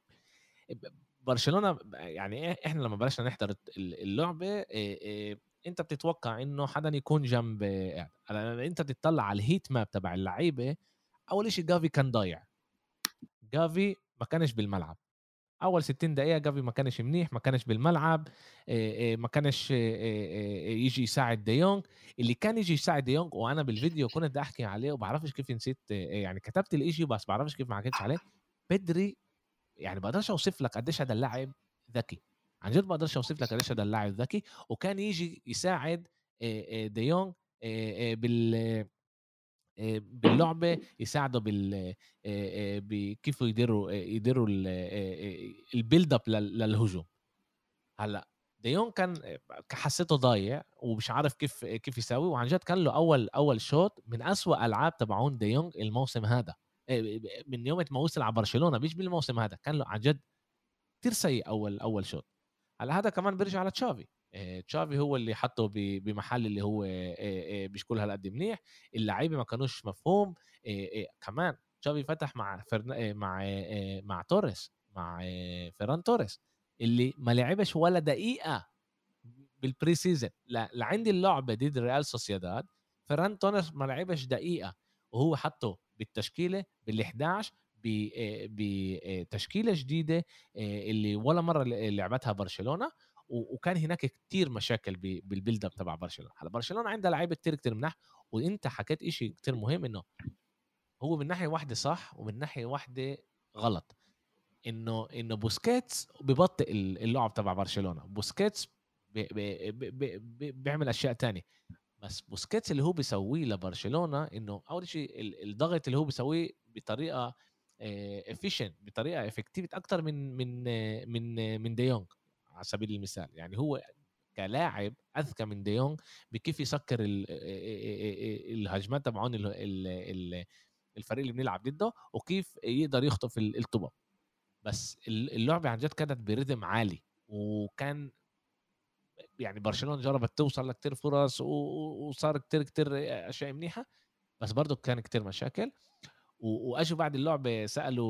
برشلونه يعني احنا لما بلشنا نحضر اللعبه انت بتتوقع انه حدا يكون جنب انت بتطلع على الهيت ماب تبع اللعيبه. اول شيء جافي كان ضايع، جافي ما كانش بالملعب اول 60 دقيقه، جافي ما كانش منيح، ما كانش بالملعب، ما كانش يجي يساعد ديونج. اللي كان يجي يساعد ديونج، وانا بالفيديو كنت بدي احكي عليه وبعرفش كيف نسيت، يعني كتبت الاشي بس بعرفش كيف ما حكيتش عليه. بدري يعني بقدرش اوصف لك قديش هذا اللاعب ذكي، عن جد بقدرش اوصف لك قديش هذا اللاعب ذكي. وكان يجي يساعد ديونج بال باللعبه، يساعده بكيف يديروا البيلد اب للهجوم. هلا ديون كان حسيته ضايع ومش عارف كيف يساوي. وعن جد كان له اول شوط من أسوأ العاب تبعون ديونج الموسم هذا، من يوم ما وصل على برشلونه. مش بالموسم هذا، كان له عن جد كثير سيء اول شوط. هلا هذا كمان بيرجع على تشافي. تشافي هو اللي حطه بمحل اللي هو مش كل هالقد منيح. اللعيبه ما كانوش مفهوم. كمان تشافي فتح مع مع توريس، مع فيران توريس اللي ما لعبش ولا دقيقه بالبري سيزن لعندي اللعبه ضد ريال سوسيداد. فيران توريس ما لعبش دقيقه، وهو حطه بالتشكيله بال11 بتشكيله جديده اللي ولا مره لعبتها برشلونه. وكان هناك كتير مشاكل بالبيلد اب تبع برشلونه. هلا برشلونه عندها لعيبه كتير منح. وانت حكيت إشي كتير مهم، انه هو من ناحيه واحده صح ومن ناحيه واحده غلط. انه بوسكيتس ببطئ اللعب تبع برشلونه. بوسكيتس بيعمل اشياء تانية. بس بوسكيتس اللي هو بيسويه لبرشلونه، انه اول شيء الضغط اللي هو بيسويه بطريقه efficient، بطريقه افكتيفيت اكتر من ديونج على سبيل المثال. يعني هو كلاعب اذكى من ديونج بكيف يسكر الهجمات تبعون الفريق اللي بنلعب ضده، وكيف يقدر يخطف الطبق. بس اللعبه عن جد كانت بريتم عالي. وكان يعني برشلونه جربت توصل لكتير فرص وصار كتير اشياء منيحه، بس برضو كان كتير مشاكل. واجوا بعد اللعبه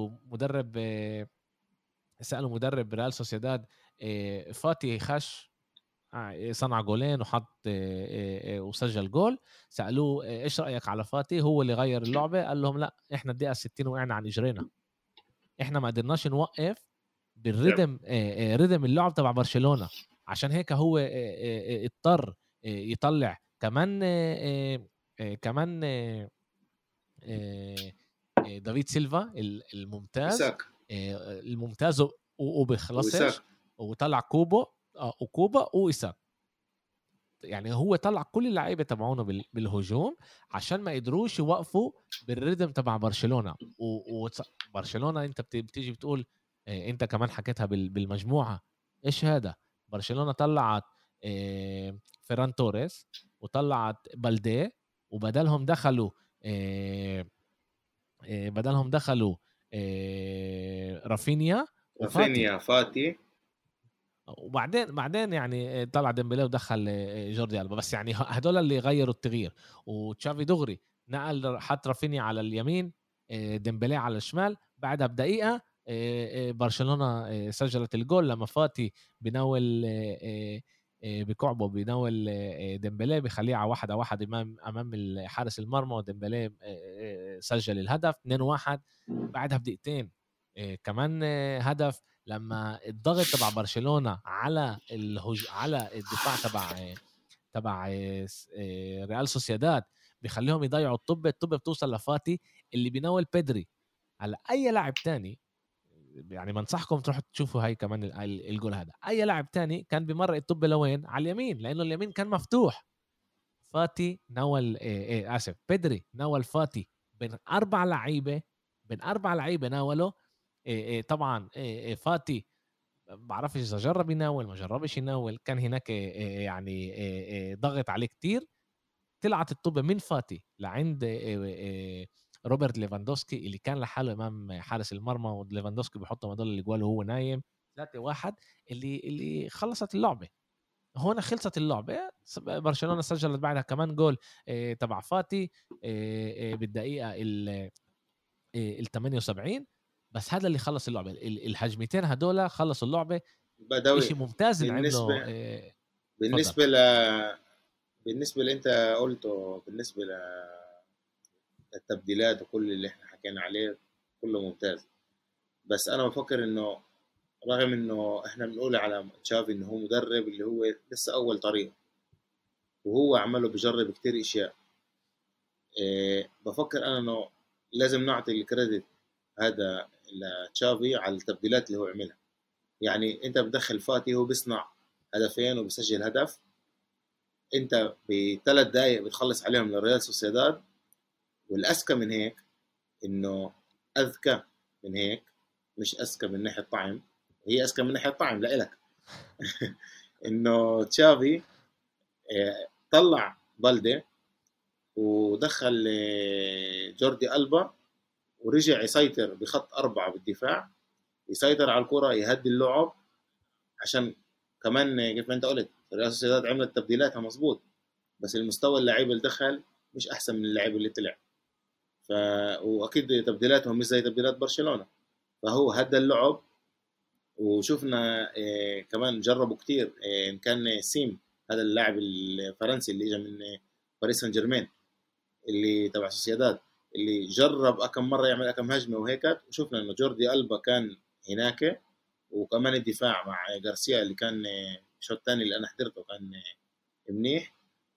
سالوا مدرب ريال سوسيداد. فاتي خش صنع جولين وحط وسجل جول. سالوه ايش رايك على فاتي، هو اللي غير اللعبه. قال لهم لا، احنا الدقيقه 60 وقعنا عن اجرينا، احنا ما قدرناش نوقف بالريدم ريدم اللعب تبع برشلونه. عشان هيك هو اضطر يطلع كمان دافيد سيلفا الممتاز، وساك الممتاز وبخلصش. وساك وطلع كوبو وكوبا وإساك. يعني هو طلع كل اللعيبه تبعونه بالهجوم عشان ما قدروش يوقفوا بالريتم تبع برشلونه. وبرشلونه انت بتيجي بتقول انت كمان حكيتها بالمجموعه. ايش هذا؟ برشلونه طلعت فيران توريس وطلعت بالدي، وبدلهم دخلوا رافينيا وفاتي. رافينيا فاتي. وبعدين يعني طلع ديمبلي ودخل جوردي ألبا. بس يعني هدول اللي غيروا التغيير. وتشافي دغري نقل حط رافينيا على اليمين، ديمبلي على الشمال. بعدها بدقيقة برشلونة سجلت الجول لما فاتي بناول بكعبه بيناول ديمبلي بيخليه على 1-1 امام حارس المرمى، وديمبلي سجل الهدف 2-1 بعدها بدقيقتين. كمان هدف لما الضغط تبع برشلونة على على الدفاع تبع ريال سوسيداد بيخليهم يضيعوا الطب بتوصل لفاتي اللي بيناول بيدري. على اي لاعب تاني يعني بنصحكم تروحوا تشوفوا هاي كمان الجول هذا، اي لاعب تاني كان بمرق الطب لوين؟ على اليمين، لانه اليمين كان مفتوح. فاتي ناول اسف بيدري ناول فاتي بين اربع لعيبه ناولوا. طبعا فاتي بعرفش اذا جرب يناول ما جربش يناول، كان هناك يعني ضغط عليه كتير. طلعت الطوبة من فاتي لعند روبرت ليفاندوسكي اللي كان لحاله امام حارس المرمى، وليفاندوسكي بيحطه مدول الاجوال وهو نايم 3-1 اللي خلصت اللعبه. هنا خلصت اللعبه، برشلونه سجلت بعدها كمان جول تبع فاتي بالدقيقه ال 78. بس هذا اللي خلص اللعبه، الهجمتين هدول خلصوا اللعبه. بدوي. اشي ممتاز اللي عمله. بالنسبة تفضل. بالنسبة ل بالنسبة اللي انت قلته، بالنسبة للتبديلات وكل اللي احنا حكينا عليه كله ممتاز. بس انا بفكر انه رغم انه احنا بنقول على تشافي انه هو مدرب اللي هو لسه اول طريق، وهو عمله بجرب كتير اشياء، بفكر انا انه لازم نعطي الكريدت هذا لتشافي على التبديلات اللي هو عملها. يعني انت بتدخل فاتي هو بيصنع هدفين وبيسجل هدف، انت بثلاث دقائق بتخلص عليهم للريال سوسيداد. والاذكى من هيك انه اذكى من هيك، مش اذكى من ناحيه طعم، هي اذكى من ناحيه طعم لإلك. انه تشافي طلع بلدة ودخل جوردي ألبا، ورجع يسيطر بخط أربعة بالدفاع، يسيطر على الكرة، يهدي اللعب. عشان كمان كيف ما انت قلت ريال سوسيداد عملت تبديلاتها مظبوط، بس المستوى اللعيبه اللي دخل مش احسن من اللعيبه اللي طلع. ف واكيد تبديلاتهم مش زي تبديلات برشلونه. فهو هدى اللعب. وشفنا كمان جربوا كتير، ان كان سيم هذا اللاعب الفرنسي اللي اجى من باريس سان جيرمان اللي تبع سوسيداد، اللي جرب كم مره يعمل كم هجمه وهيك. وشفنا انه جوردي ألبا كان هناك، وكمان الدفاع مع غارسيا اللي كان الشوط الثاني اللي انا حضرته كان منيح.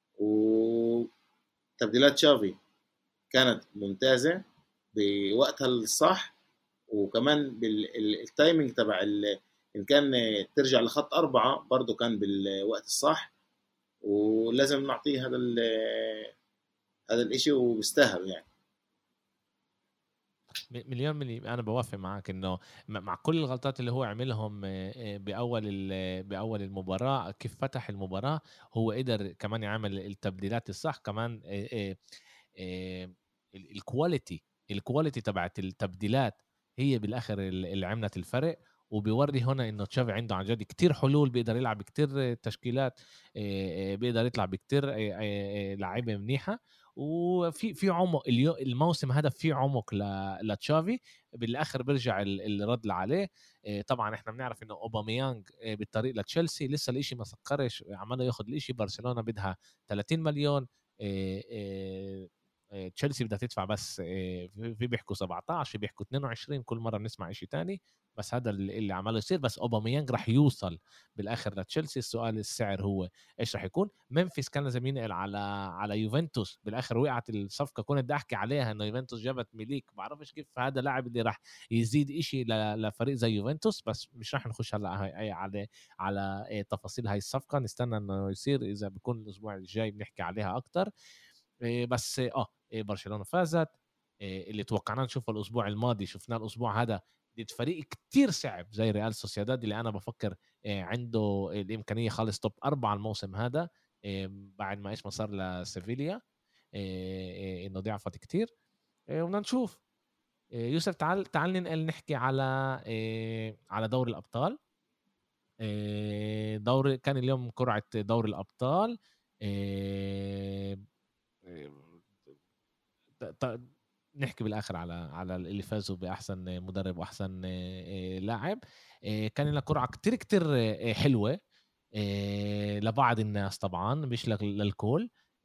وتبديلات شافي كانت ممتازه بوقتها الصح، وكمان بالتايمينج تبع ان كان ترجع لخط أربعة برضه كان بالوقت الصح. ولازم نعطيه هذا الاشي وبيستاهل يعني. مليون انا بوافق معك انه مع كل الغلطات اللي هو عملهم باول المباراه، كيف فتح المباراه هو قدر كمان يعمل التبديلات الصح كمان. الكواليتي تبعت التبديلات هي بالاخر اللي عملت الفرق. وبيوري هنا انه تشافي عنده عن جد كتير حلول، بيقدر يلعب بكتير تشكيلات، بيقدر يطلع بكتير لعيبه منيحه. وفي عمق الموسم هذا في عمق لتشافي. بالاخر بيرجع الرد عليه. طبعا احنا بنعرف انه اوباميانج بالطريق لتشيلسي لسه الاشي ما سكرش، عماله ياخد الاشي. برشلونه بدها 30 مليون، تشيلسي بدها تدفع بس في بيحكوا 17، في بيحكوا 22، كل مره بنسمع شيء تاني. بس هذا اللي عمله يصير. بس اوباميانج راح يوصل بالاخر لتشيلسي. السؤال السعر هو ايش راح يكون. ممفيس كان لازم ينقل على يوفنتوس، بالاخر وقعت الصفقه. كنت بدي احكي عليها انه يوفنتوس جابت ميليك، بعرفش كيف هذا لاعب اللي راح يزيد إشي لفريق زي يوفنتوس. بس مش راح نخش هلا على تفاصيل هاي الصفقه، نستنى انه يصير. اذا بيكون الاسبوع الجاي بنحكي عليها اكتر. بس برشلونه فازت. اللي توقعنا نشوفه الاسبوع الماضي شفناه الاسبوع هذا ضد فريق كتير صعب زي ريال سوسيداد، اللي انا بفكر عنده الامكانيه خالص توب 4 الموسم هذا، بعد ما ايش ما صار لسيفيليا، انه ضعفت كتير. وبدنا نشوف. يوسف، تعال ننقل نحكي على دوري الابطال. دوري كان اليوم قرعه دوري الابطال. آه، نحكي بالاخر على اللي فازوا باحسن مدرب واحسن لاعب. كان لنا قرعه كتير كتير حلوه. لبعض الناس طبعا مش للكل.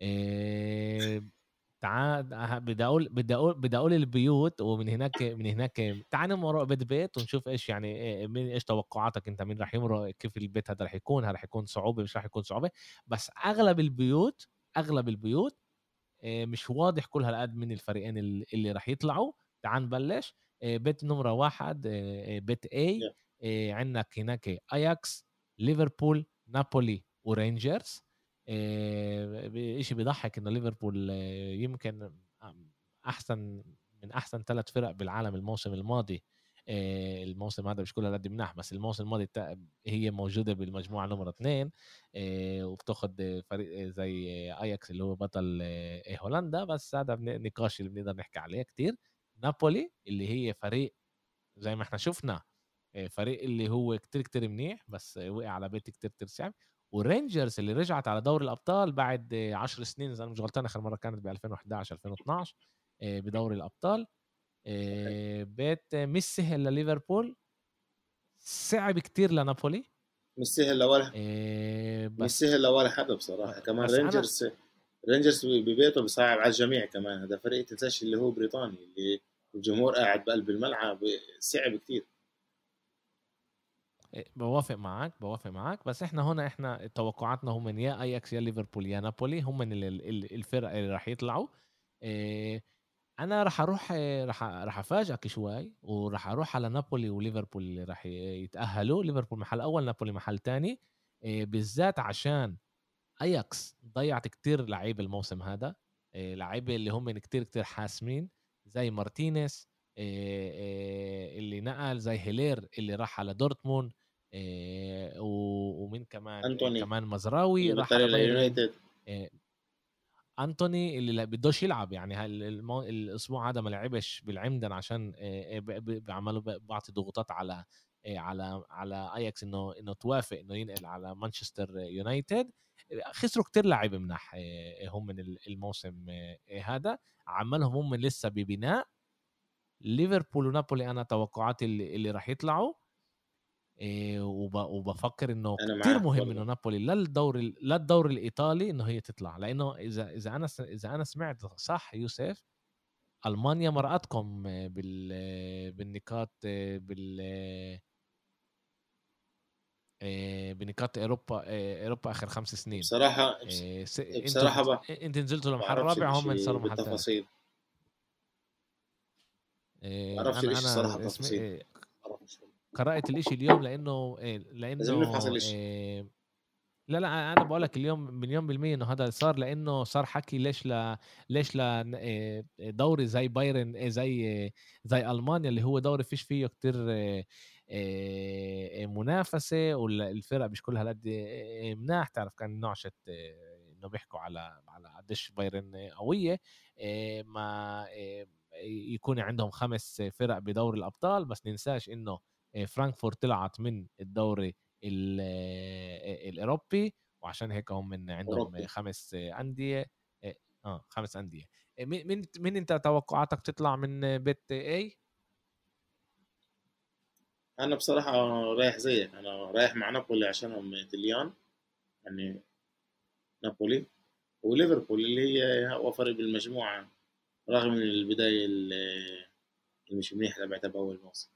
تعال بدي اقول البيوت، ومن هناك تعال نمر بيت ونشوف ايش يعني مين، ايش توقعاتك انت، مين راح يمر، كيف البيت هذا راح يكون، هل راح يكون صعوبه مش راح يكون صعوبه. بس اغلب البيوت مش واضح كل هالقد من الفريقين اللي راح يطلعوا. تعال نبلش. بيت نمرة واحد، بيت اي. عندك هناك اياكس، ليفربول، نابولي ورينجرز. شيء بيضحك انه ليفربول يمكن احسن من احسن 3 فرق بالعالم الموسم الماضي. الموسم هذا مش كلها قد مناح، بس الموسم الماضي هي موجوده بالمجموعه نمرة 2. وبتاخد فريق زي اياكس اللي هو بطل هولندا. بس هذا نقاش اللي بنقدر نحكي عليه كتير. نابولي اللي هي فريق زي ما احنا شفنا، فريق اللي هو كتير كتير منيح، بس وقع على بيت كتير كتير صعب. والرينجرز اللي رجعت على دوري الابطال بعد 10 سنين، اذا انا مش غلطان اخر مره كانت ب 2011 2012 بدوري الابطال. بيت مش سهل لليفربول، صعب كتير لنابولي. مش سهل لولا مش بس سهل لولا حدا بصراحة. كمان بس انا رينجرز ببيته بصعب على الجميع. كمان هذا فريق تنساش اللي هو بريطاني، اللي الجمهور قاعد بقلب الملعب، صعب كتير. بوافق معك. بس احنا توقعاتنا هم من يا اياكس يا ليفربول يا نابولي، هم من الفرق اللي راح يطلعوا. إيه، انا راح اروح، راح افاجئك شوي، وراح اروح على نابولي وليفربول اللي راح يتاهلوا. ليفربول محل اول، نابولي محل تاني. بالذات عشان اياكس ضيعت كتير لعيب الموسم هذا. لعيبه اللي هم كتير كتير حاسمين، زي مارتينيز اللي نقل، زي هيلير اللي راح على دورتموند. ومين كمان، أنتوني كمان مزراوي اللي راح على بيطلع بايرن. ليونايتد. آه، انتوني اللي بدوش يلعب، يعني الاسبوع هذا ما لعبش بالعمدن عشان بعملوا بعطي ضغوطات على على اياكس انه توافق انه ينقل على مانشستر يونايتد. خسروا كتير لاعب منح هم من الموسم هذا. عمالهم هم لسه ببناء. ليفربول ونابولي انا توقعاتي اللي راح يطلعوا. وبفكر انه أنا كتير معاك مهم انه برضه. نابولي للدوري الايطالي انه هي تطلع، لانه اذا انا سمعت صح يوسف، المانيا مرقتكم بالنقاط، بنقاط اوروبا اخر 5 سنين. بصراحة انتوا بصراحة انت نزلتوا المحل بعرفش الرابع، هم الاشي صاروا محل ثالث. بالتفاصيل. بعرفش الاشي صراحة انا تفاصيل. بعرفش. قرأت الاشي اليوم لانه لازم نفحص الاشي. لا لا، انا بقول لك اليوم مليون بالمية انه هذا صار، لانه صار حكي ليش دوري زي بايرن، زي المانيا اللي هو دوري فيش فيه كتير منافسة، ولا الفرق مش كلها قد مناح. تعرف كان نعشة انه بيحكوا على قديش بايرن قوية. ما يكون عندهم 5 فرق بدوري الابطال. بس ننساش انه فرانكفورت طلعت من الدوري الاوروبي، وعشان هيك هم من عندهم أوروبي. 5 انديه. 5 انديه. مين انت توقعاتك تطلع من بيت اي؟ أنا بصراحة رايح زيك، أنا رايح مع نابولي عشانهم إيطاليان يعني. نابولي وليفربول اللي هي أقوى فريق بالمجموعة، رغم من البداية اللي مش منيحة تبعتها بأول موسم.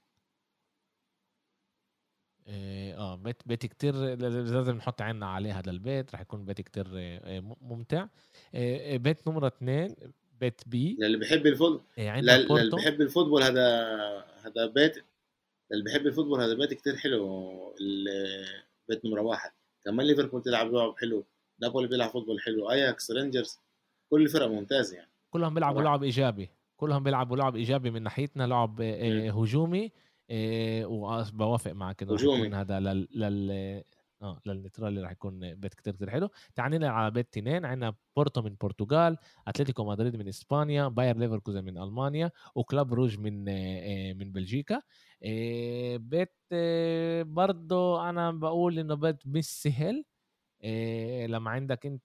بيت كتير لازم نحط عيننا عليه. هذا البيت راح يكون بيت كتير ممتع. بيت نمرة 2، بيت بي. للي بيحب الفوتبول عندنا للي بورتو. بيحب الفوتبول هذا بيت. اللي بيحب الفوتبول هذا بيت كتير حلو. بيت نمرة واحد. كمان ليفربول تلعب لعب حلو، نابولي بيلعب فوتبول حلو، اياكس، رينجرز، كل الفرق ممتازة يعني. كلهم بيلعبوا صراحة. لعب ايجابي، من ناحيتنا، لعب مم. هجومي. وبوافق معك انه راح هجومي. يكون هذا للنيترال راح يكون بيت كتير كتير حلو. تعال نلعب على بيت تنين. عندنا بورتو من برتغال، اتلتيكو مدريد من اسبانيا، باير ليفركوزن من المانيا، وكلاب روج من بلجيكا. بيت برضو انا بقول انه بيت مش سهل. لما عندك انت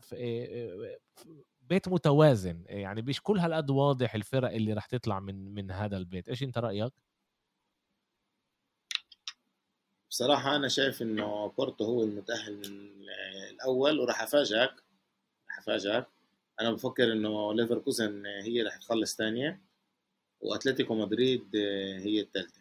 بيت متوازن، يعني مش كل هالقد واضح الفرق اللي راح تطلع من هذا البيت. ايش انت رأيك؟ بصراحة أنا شايف إنه بورتو هو المتأهل من الأول، وراح أفاجئك، راح أفاجئك. أنا بفكر إنه ليفركوزن هي راح تخلص ثانية، وأتلتيكو مدريد هي الثالثة.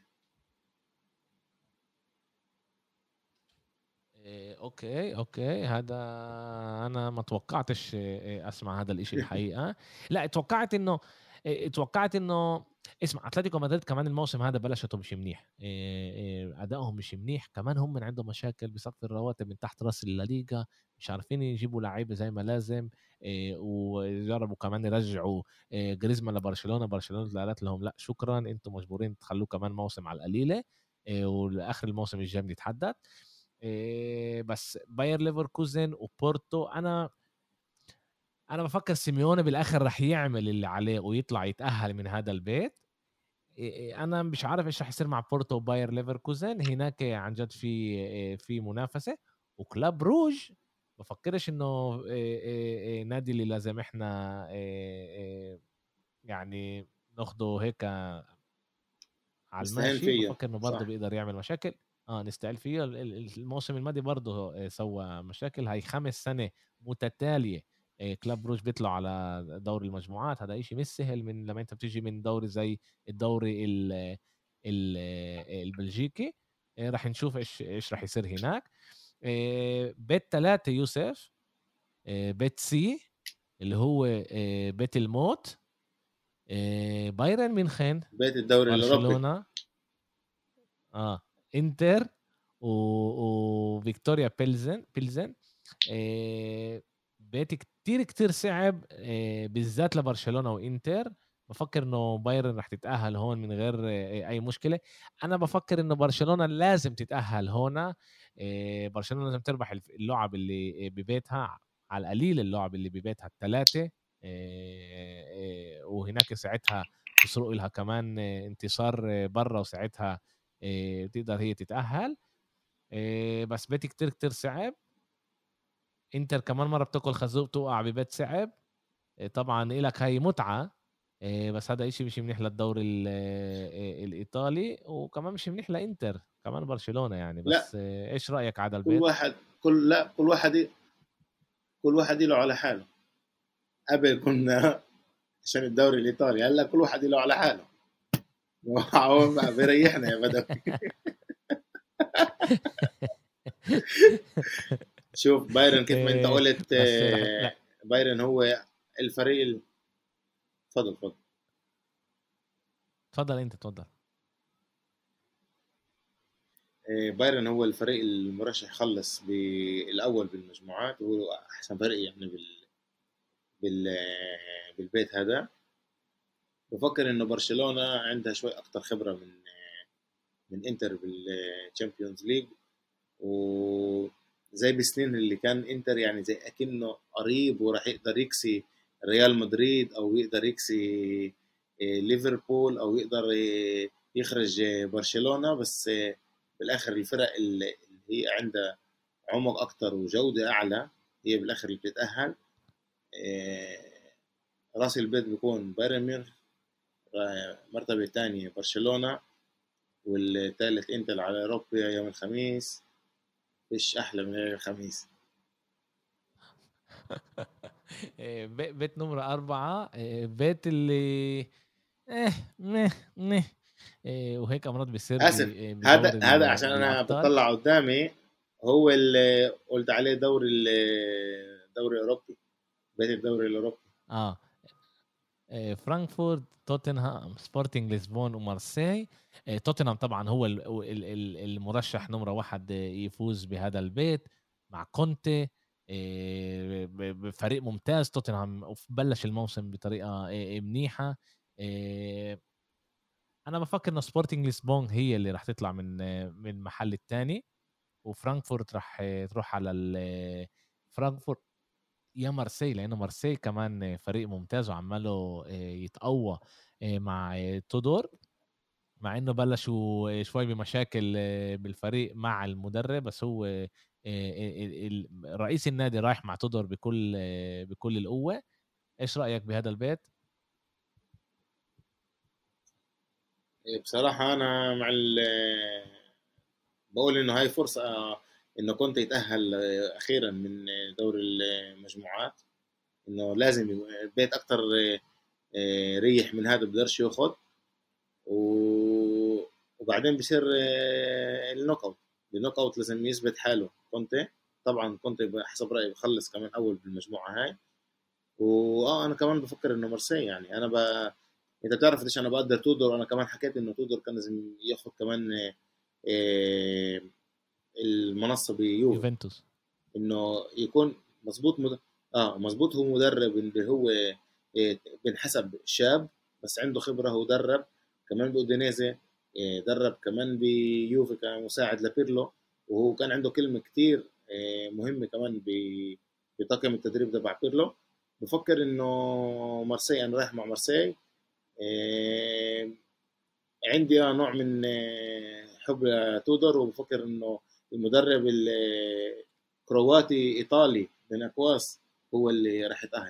اوكي اوكي، هذا انا ما توقعتش اسمع هذا الاشي الحقيقة. لا توقعت انه توقعت انه اسمع اتلتيكو مدريد كمان الموسم هذا بلشته مش منيح، ادائهم مش منيح، كمان هم من عندهم مشاكل بسقف الرواتب من تحت راس الليغا، مش عارفين يجيبوا لعيبه زي ما لازم. وجربوا كمان يرجعوا جريزمان لبرشلونه، برشلونه قالت لهم لا شكرا، انتم مجبورين تخلوه كمان موسم على القليله، والاخر الموسم الجاي بنتحدث. بس باير ليفركوزن وبورتو، انا بفكر سيميوني بالاخر رح يعمل اللي عليه ويطلع يتاهل من هذا البيت. انا مش عارف ايش رح يصير مع بورتو وباير ليفركوزن، هناك عن جد في منافسه. وكلاب روج بفكرش انه نادي اللي لازم احنا يعني ناخده هيك على نستهين الماشي. فيه، بفكر انه برضه صح. بيقدر يعمل مشاكل. نستقل فيه. الموسم الماضي برضه سوى مشاكل. هاي 5 سنة متتالية كلاب بروج بيطلعوا على دوري المجموعات، هذا إشي مش سهل من لما انت بتيجي من دوري زي الدوري ال البلجيكي. راح نشوف ايش راح يصير هناك. بيت 3 يوسف، بيت سي اللي هو بيت الموت، بايرن ميونخن، بيت الدوري الأوروبي. برشلونة، اه انتر وفيكتوريا بيلزن. بيت كتير كتير صعب، بالذات لبرشلونة وانتر. بفكر انه بايرن رح تتأهل هون من غير اي مشكلة. انا بفكر انه برشلونة لازم تتأهل هنا. برشلونة لازم تربح اللعب اللي ببيتها، على القليل اللعب اللي ببيتها الثلاثة. وهناك ساعتها تسرق لها كمان انتصار برا، وساعتها تقدر هي تتأهل. بس بيت كتير كتير صعب. انتر كمان مرة بتاكل خازوق، توقع ببيت صعب. طبعا إلك هاي متعة. بس هذا إشي مش منيح للدوري الإيطالي، وكمان مش منيح لإنتر كمان برشلونة يعني. لا، بس إيش رأيك على كل البيت؟ واحد كل لا كل واحد كل واحد له على حاله. قبل كنا عشان الدوري الإيطالي، هلا كل واحد له على حاله. هو بيريحنا يا بدوي. شوف بايرن كيف ما انت قلت، بس رح لا، بايرن هو الفريق تفضل تفضل. تفضل انت تفضل. بايرن هو الفريق المرشح يخلص بالاول بالمجموعات، وهو احسن فريق يعني بال بالبيت هذا. بفكر انه برشلونة عندها شوي اكتر خبرة من انتر بالتشامبيونز ليج، وزي بالسنين اللي كان انتر يعني زي اكنه قريب وراح يقدر يكسي ريال مدريد، او يقدر يكسي ليفربول، او يقدر يخرج برشلونة. بس بالاخر الفرق اللي هي عندها عمق اكتر وجودة اعلى هي بالاخر اللي بتتأهل. راس البيت بيكون بايرن ميونخ، مرتبة الثانية برشلونة، والثالث انتر على اوروبا يوم الخميس. فيش احلى من يوم الخميس. بيت نمرة 4، بيت اللي إيه مه مه وهيك أمراض بيصير اسف، بدور هذا عشان انا الأبطال. بطلع قدامي. هو اللي قلت عليه دوري الدوري الاوروبي، بيت الدوري الاوروبي. اه فرانكفورت، توتنهام، سبورتنج لشبون، ومارسيي. توتنهام طبعا هو المرشح نمرة 1 يفوز بهذا البيت مع كونتي. بفريق ممتاز توتنهام، وبلش الموسم بطريقة منيحة. آه، انا بفكر انه سبورتنج لشبون هي اللي راح تطلع من المحل الثاني، وفرانكفورت راح تروح على فرانكفورت يا مارسي، لانه مارسي كمان فريق ممتاز وعماله يتقوى مع تودور. مع انه بلشوا شوي بمشاكل بالفريق مع المدرب، بس هو رئيس النادي رايح مع تودور بكل القوة. ايش رأيك بهذا البيت؟ بصراحة أنا مع بقول انه هاي فرصه انه كنت يتاهل اخيرا من دور المجموعات، انه لازم البيت اكتر ريح من هذا بقدرش ياخد، وبعدين بصير النوك اوت. بالنوك اوت لازم يثبت حاله كونتي. طبعا كونتي حسب رايي بخلص كمان اول بالمجموعه هاي. انا كمان بفكر انه مارسي يعني انت بتعرف ليش انا بقدر تودور. انا كمان حكيت انه تودور كان لازم ياخد كمان آه، المنصه بيوفي، يوفنتوس. انه يكون مظبوط مظبوط. هو مدرب اللي هو بنحسب شاب بس عنده خبره. هو درب كمان باودينيزي، درب كمان بيوفي كمساعد لبيرلو، وهو كان عنده كلمه كتير مهمه كمان بطاقم التدريب تبع بيرلو. بفكر انه مارسي، انا رايح مع مارسي. آه، عندي نوع من حب تودر، وبفكر انه المدرب الكرواتي ايطالي من اكواس هو اللي راح يتأهل.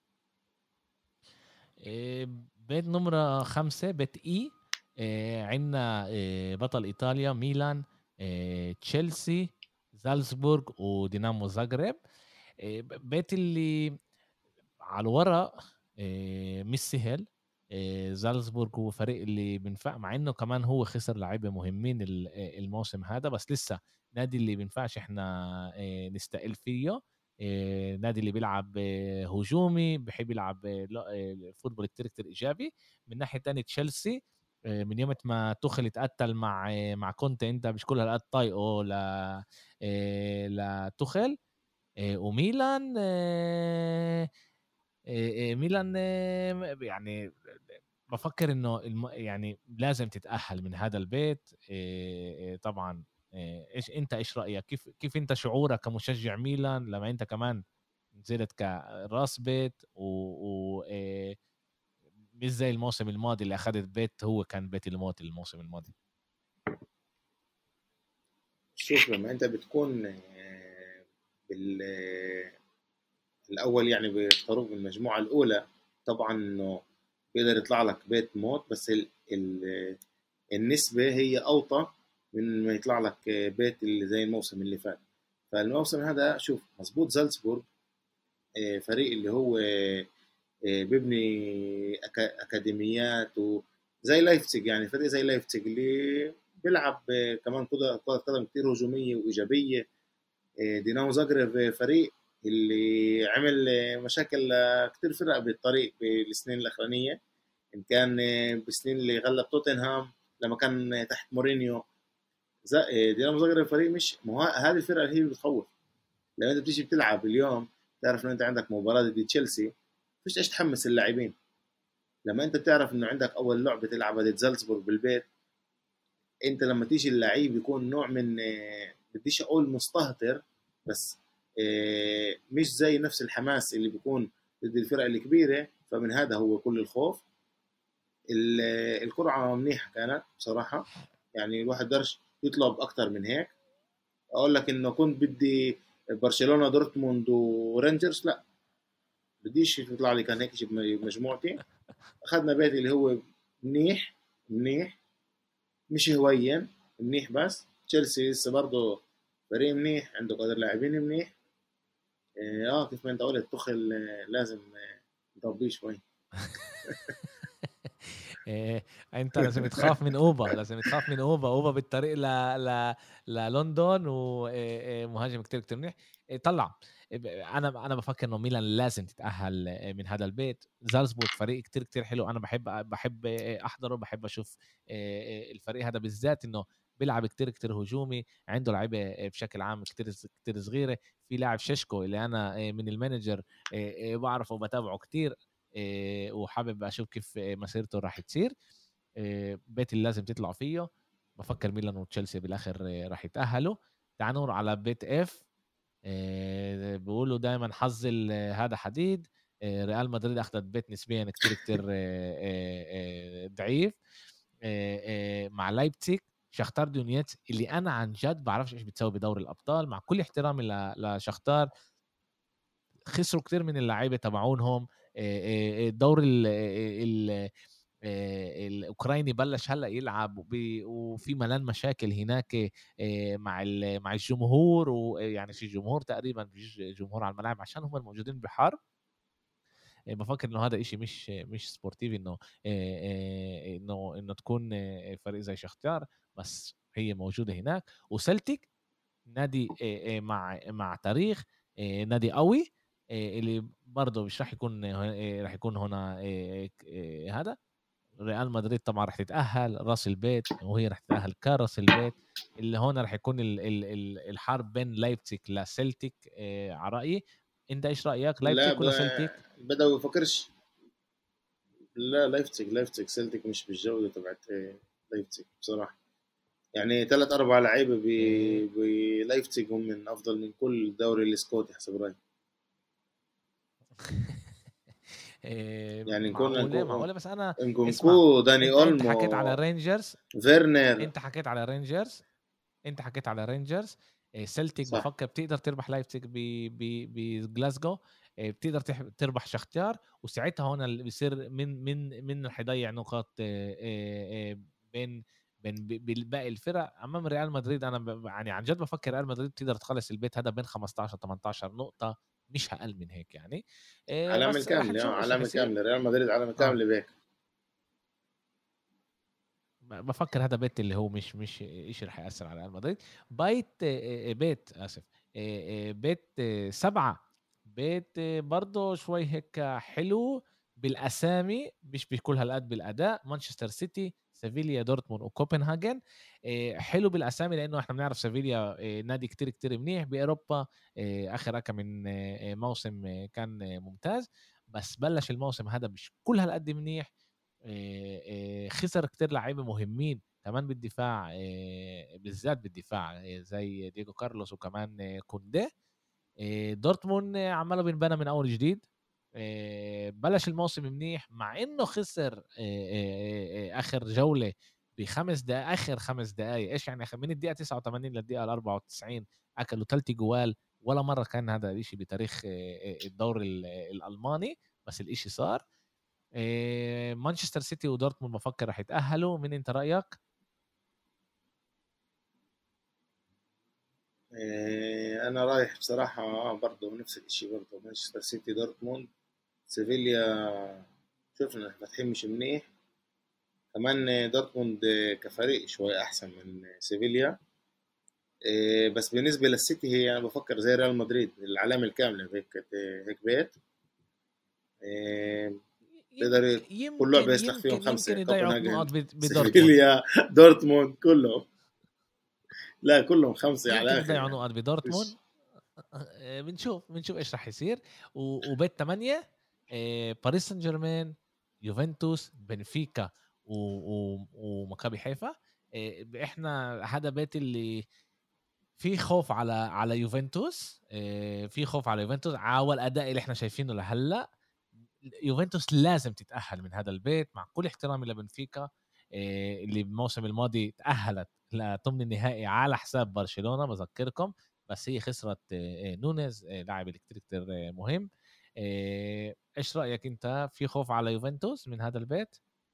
إيه، بيت نمرة 5 بيت إي. عندنا بطل إيطاليا ميلان، تشيلسي، زالزبورغ ودينامو زاغرب. بيت اللي على الورق مش سهل. زالزبورغ هو فريق اللي بينفع، مع انه كمان هو خسر لعيبه مهمين الموسم هذا، بس لسه نادي اللي بينفعش احنا نستقل فيه. نادي اللي بيلعب هجومي، بحب يلعب فوتبول كتير كتير ايجابي. من ناحيه تانية تشيلسي، من يوم ما توخل اتقتل مع كونتي، انت مش كل هالقد طايقه لتوخل. وميلان ميلان يعني بفكر انه يعني لازم تتأهل من هذا البيت. طبعا. ايش رأيك؟ كيف انت شعورك كمشجع ميلان لما انت كمان نزلت كراس بيت مش زي الموسم الماضي اللي اخذت بيت هو كان بيت الموت الموسم الماضي. شوف، لما انت بتكون الاول يعني بيختاروك بالمجموعه الاولى، طبعا انه بيقدر يطلع لك بيت موت، بس النسبه هي اوطى من ما يطلع لك بيت اللي زي الموسم اللي فات. فالموسم هذا شوف مظبوط زالزبورغ فريق اللي هو بيبني أكاديميات، وزي لايفتسيج يعني فريق زي لايفتسيج اللي بيلعب كمان كرة قدم كتير هجومية وإيجابية. دينامو زاغرب فريق اللي عمل مشاكل كتير فرق بالطريق بالسنين الأخرانية، إن كان بالسنين اللي غلب توتنهام لما كان تحت مورينيو. دينامو زاغرب فريق مش هذه الفرقة اللي هي بتخوف. لو انت بتيجي بتلعب اليوم تعرف ان انت عندك مباراه ضد تشيلسي، فيش ايش تحمس اللاعبين. لما انت بتعرف انه عندك اول لعبه تلعبها ضد زالزبورغ بالبيت، انت لما تيجي اللعيب يكون نوع من بديش اقول مستهتر، بس مش زي نفس الحماس اللي بيكون ضد الفرق الكبيره. فمن هذا هو كل الخوف. القرعه منيحه كانت بصراحه، يعني الواحد درش يطلب اكتر من هيك. اقول لك انه كنت بدي برشلونه دورتموند ورينجرز، لا بديش يطلع لي كان هيك شيء بمجموعتي. اخذنا بيت اللي هو منيح منيح، مش هوين منيح. بس تشيلسي لسه برضه فريق منيح، عنده قدر لاعبين منيح. كيف ما انت قلت تخل لازم نربيه شوي. انت لازم تخاف من اوبا، لازم تخاف من اوبا بالطريق للندن، ومهاجم كتير كتير منيح. طلع. انا بفكر انه ميلان لازم تتاهل من هذا البيت. زالزبورغ فريق كتير كتير حلو، انا بحب احضره، بحب اشوف الفريق هذا بالذات، انه بيلعب كتير كتير هجومي، عنده لعيبه بشكل عام كتير كتير صغيره. في لاعب شيشكو اللي انا من المانجر بعرفه وبتابعه كتير، وحابب اشوف كيف مسيرته راح تصير. بيت اللي لازم تطلع فيه. بفكر ميلان وتشيلسي بالاخر راح يتاهلوا. تعالوا نور على بيت اف. بيقولوا دائما حظ هذا حديد. ريال مدريد اخذت بيت نسبيا كتير كتير ضعيف مع لايبتيك. شختار دونيتس اللي انا عن جد بعرفش ايش بتسوي بدور الابطال، مع كل احترامي لشختار. خسروا كتير من اللعيبه تبعونهم. الدور الأوكرايني بلش هلأ يلعب وفي ملان مشاكل هناك مع الجمهور، ويعني شي جمهور تقريبا فيش جمهور على الملاعب عشان هم الموجودين بحرب. بفكر انه هذا إشي مش سبورتيفي، انه تكون فريق زي شختار، بس هي موجودة هناك. وسلتيك نادي مع تاريخ، نادي قوي، اللي برضه مش راح يكون راح يكون هنا هذا ريال مدريد طبعا راح تتأهل راس البيت، وهي راح تتأهل كراس البيت. اللي هون راح يكون الحرب بين لايبتيك لسلتيك على رأيي. انت ايش رأيك، لا لايبتيك ولا سلتيك؟ بدأ بفكرش. لا لايفتيك سيلتيك مش بالجودة تبعت لايفتيك بصراحة. يعني 3 4 لعيبة إيه. بلايفتيك هم من أفضل من كل الدوري الإسكوتي حسب رأيي. يعني نكون معقولة، بس انا اسمع. نكونكو داني انت حكيت على اولمو رينجرز، فيرنر. انت حكيت على رينجرز انت حكيت على رينجرز. سلتيك صح. بفكر بتقدر تربح لايبتيك بجلاسكو، بتقدر تربح شختار، وساعتها هون اللي بيصير من رح يضيع نقاط بين باقي الفرق امام ريال مدريد. انا يعني عن جد بفكر ريال مدريد بتقدر تخلص البيت هذا بين 15 18 نقطة، مش اقل من هيك يعني. علامة بس رح كاملة، نشوف ايش رح علامة يصير. كاملة ريال مدريد، علامة اه كاملة بيك. بفكر هذا بيت اللي هو مش شيء رح يأثر على ريال مدريد. بايت بيت اسف بيت 7. بيت برضه شوي هيك حلو بالاسامي، مش بكل هالقد بالاداء. مانشستر سيتي، سيفيليا، دورتموند، وكوبنهاجن. حلو بالاسامي لانه احنا بنعرف سيفيليا نادي كتير كتير منيح باوروبا. اخر كم من موسم كان ممتاز، بس بلش الموسم هذا مش كل هالقد منيح. خسر كتير لعيبه مهمين كمان بالدفاع، بالذات بالدفاع، زي ديجو كارلوس وكمان كوندي. دورتموند عماله بينبنى من اول جديد. بلش الموسم منيح مع انه خسر اخر جوله بخمس دقائق، اخر 5 دقائق. ايش يعني من الدقيقه 89 للدقيقه 94 اكلوا 3 جوال. ولا مره كان هذا الاشي بتاريخ الدوري الالماني، بس الاشي صار. مانشستر سيتي ودورتموند بفكر راح يتأهلوا. من انت رأيك؟ أنا رايح بصراحة برضه نفس الشيء، برضه مانشستر سيتي دورتموند سيفيليا. شفنا فاتحين مش منيح. كمان دورتموند كفريق شوي أحسن من سيفيليا. بس بالنسبة للسيتي هي أنا بفكر زي ريال مدريد العلامة الكاملة هيك. هيك بيت آه، تقدر كل لعبة يسلخ فيهم يمكن 5 يضيعوا نقاط كوبنهاجن بدورتموند. سيفيليا دورتموند كلهم. لا كلهم 5 على يمكن الآخر يضيعوا يعني. نقاط مش بدورتموند. بنشوف ايش راح يصير. وبيت 8 باريس سان جيرمان، يوفنتوس، بنفيكا، ومكابي حيفا. احنا هذا بيت اللي في خوف على يوفنتوس. في خوف على يوفنتوس على الاداء اللي احنا شايفينه لهلا. يوفنتوس لازم تتأهل من هذا البيت، مع كل احترامي لبنفيكا اللي بالموسم الماضي تأهلت لثمن النهائي على حساب برشلونة بذكركم. بس هي خسرت نونيز، لاعب اللي كتير كتير مهم. ايش رأيك انت، في خوف على يوفنتوس من هذا البيت؟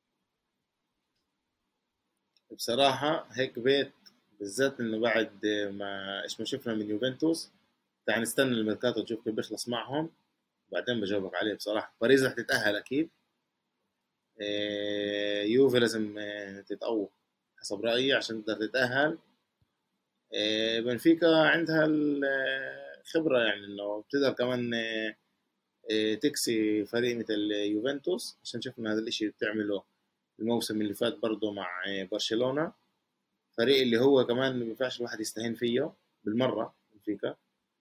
بصراحة هيك بيت، بالذات انه بعد ما ايش ما شفنا من يوفنتوس. تعال نستنى الميركاتو نشوف كيف بيخلص معهم، بعدين بجاوبك عليه. بصراحة باريس رح تتأهل أكيد. يوفي لازم تتقوى حسب رأيي عشان تقدر تتأهل. بنفيكا عندها الخبرة، يعني إنه بتقدر كمان تكسي فريق مثل يوفنتوس، عشان شفنا هذا الإشي بتعمله الموسم اللي فات برضه مع برشلونة. فريق اللي هو كمان ما ينفعش الواحد يستهين فيه بالمرة. بنفيكا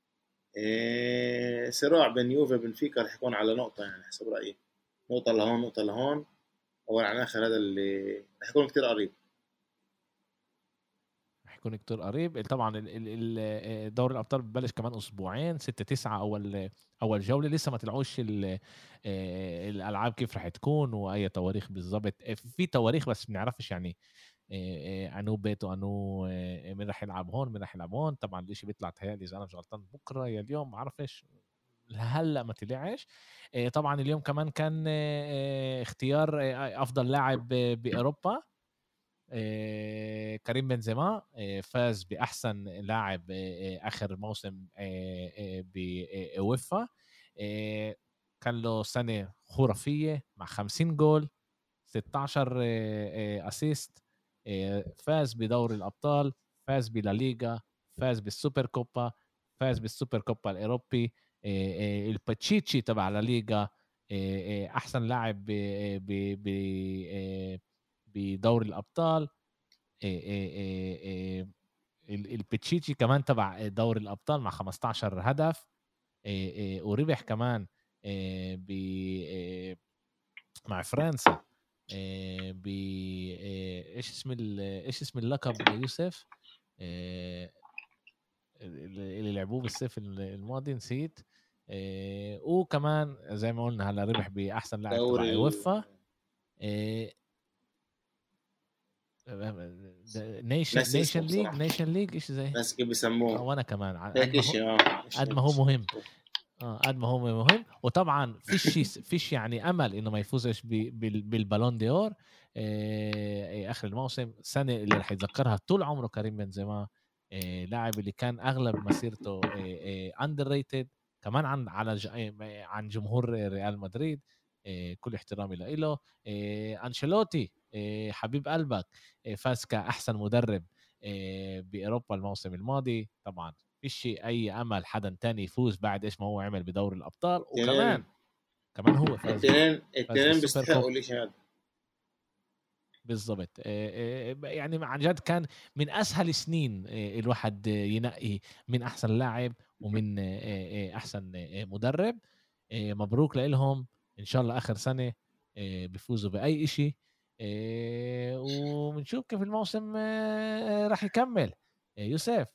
صراع بين يوفي وبنفيكا رح يكون على نقطة، يعني حسب رأيي نقطة لهون نقطة لهون. أول عن آخر هذا اللي رح يكون كتير قريب. رح يكون كتير قريب. طبعا دوري الابطال ببلش كمان اسبوعين 6/9. اول جوله لسه ما طلعوش الالعاب كيف رح تكون واي تواريخ بالضبط. في تواريخ بس بنعرفش يعني انو بيت وانو مين رح يلعب هون مين رح يلعب هون. طبعا الاشي بيطلع تهيألي اذا انا مش غلطان بكره يا اليوم ما بعرفش. هلا ما طلعش. طبعا اليوم كمان كان اختيار افضل لاعب باوروبا. كريم بنزيما فاز باحسن لاعب اخر موسم بويفا. كان له سنه خرافيه مع 50 جول، 16 اسيست. فاز بدوري الابطال، فاز بلا فاز بالسوبر كوبا، فاز بالسوبر كوبا الاوروبي. الباتشيتشي تبع لا ليغا احسن لاعب بدوري الابطال. الباتشيتشي كمان تبع دوري الابطال مع 15 هدف. وربح كمان ب مع فرنسا ب ايش اسم اللقب يوسف اللي لعبوه بالصيف الماضي نسيت. وكمان زي ما قلنا هلا ربح باحسن لاعب دوري تبع يوفا. ناسي اسمه نيشن بصراحة، ليج ايش زي. ناس كيف بيسموه وانا كمان هيك اشي. قد ما هو مهم. قد ما هو مهم. وطبعا فيش يعني امل انه ما يفوزش بالبالون دي اور اخر الموسم. السنه اللي راح يتذكرها طول عمره كريم بنزيما. لاعب اللي كان اغلب مسيرته اندر ريتد كمان عن جمهور ريال مدريد. كل احترامي له. انشيلوتي حبيب قلبك فاز كاحسن مدرب باوروبا الموسم الماضي. طبعا فيش اي امل حدا تاني يفوز بعد ايش ما هو عمل بدور الابطال. اثنين كمان هو فاز اثنين بالسوبر كوب. بيستحقوا الاشي هذا. بالضبط. يعني عن جد كان من اسهل سنين الواحد ينقي من احسن لاعب ومن احسن مدرب. مبروك لهم. ان شاء الله اخر سنه بيفوزوا باي اشي. وبنشوف كيف الموسم راح يكمل. يوسف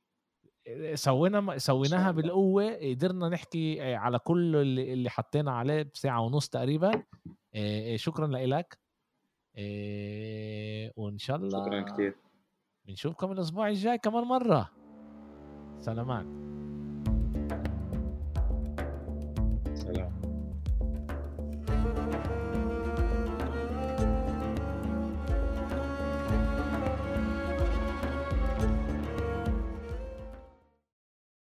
ان شاء سويناها الله. بالقوة. قدرنا نحكي على كل اللي حطينا عليه بساعة ونص تقريبا. شكرا لك. وإن شاء شكرا الله كثير. بنشوفكم الأسبوع الجاي كمان مرة. سلامات.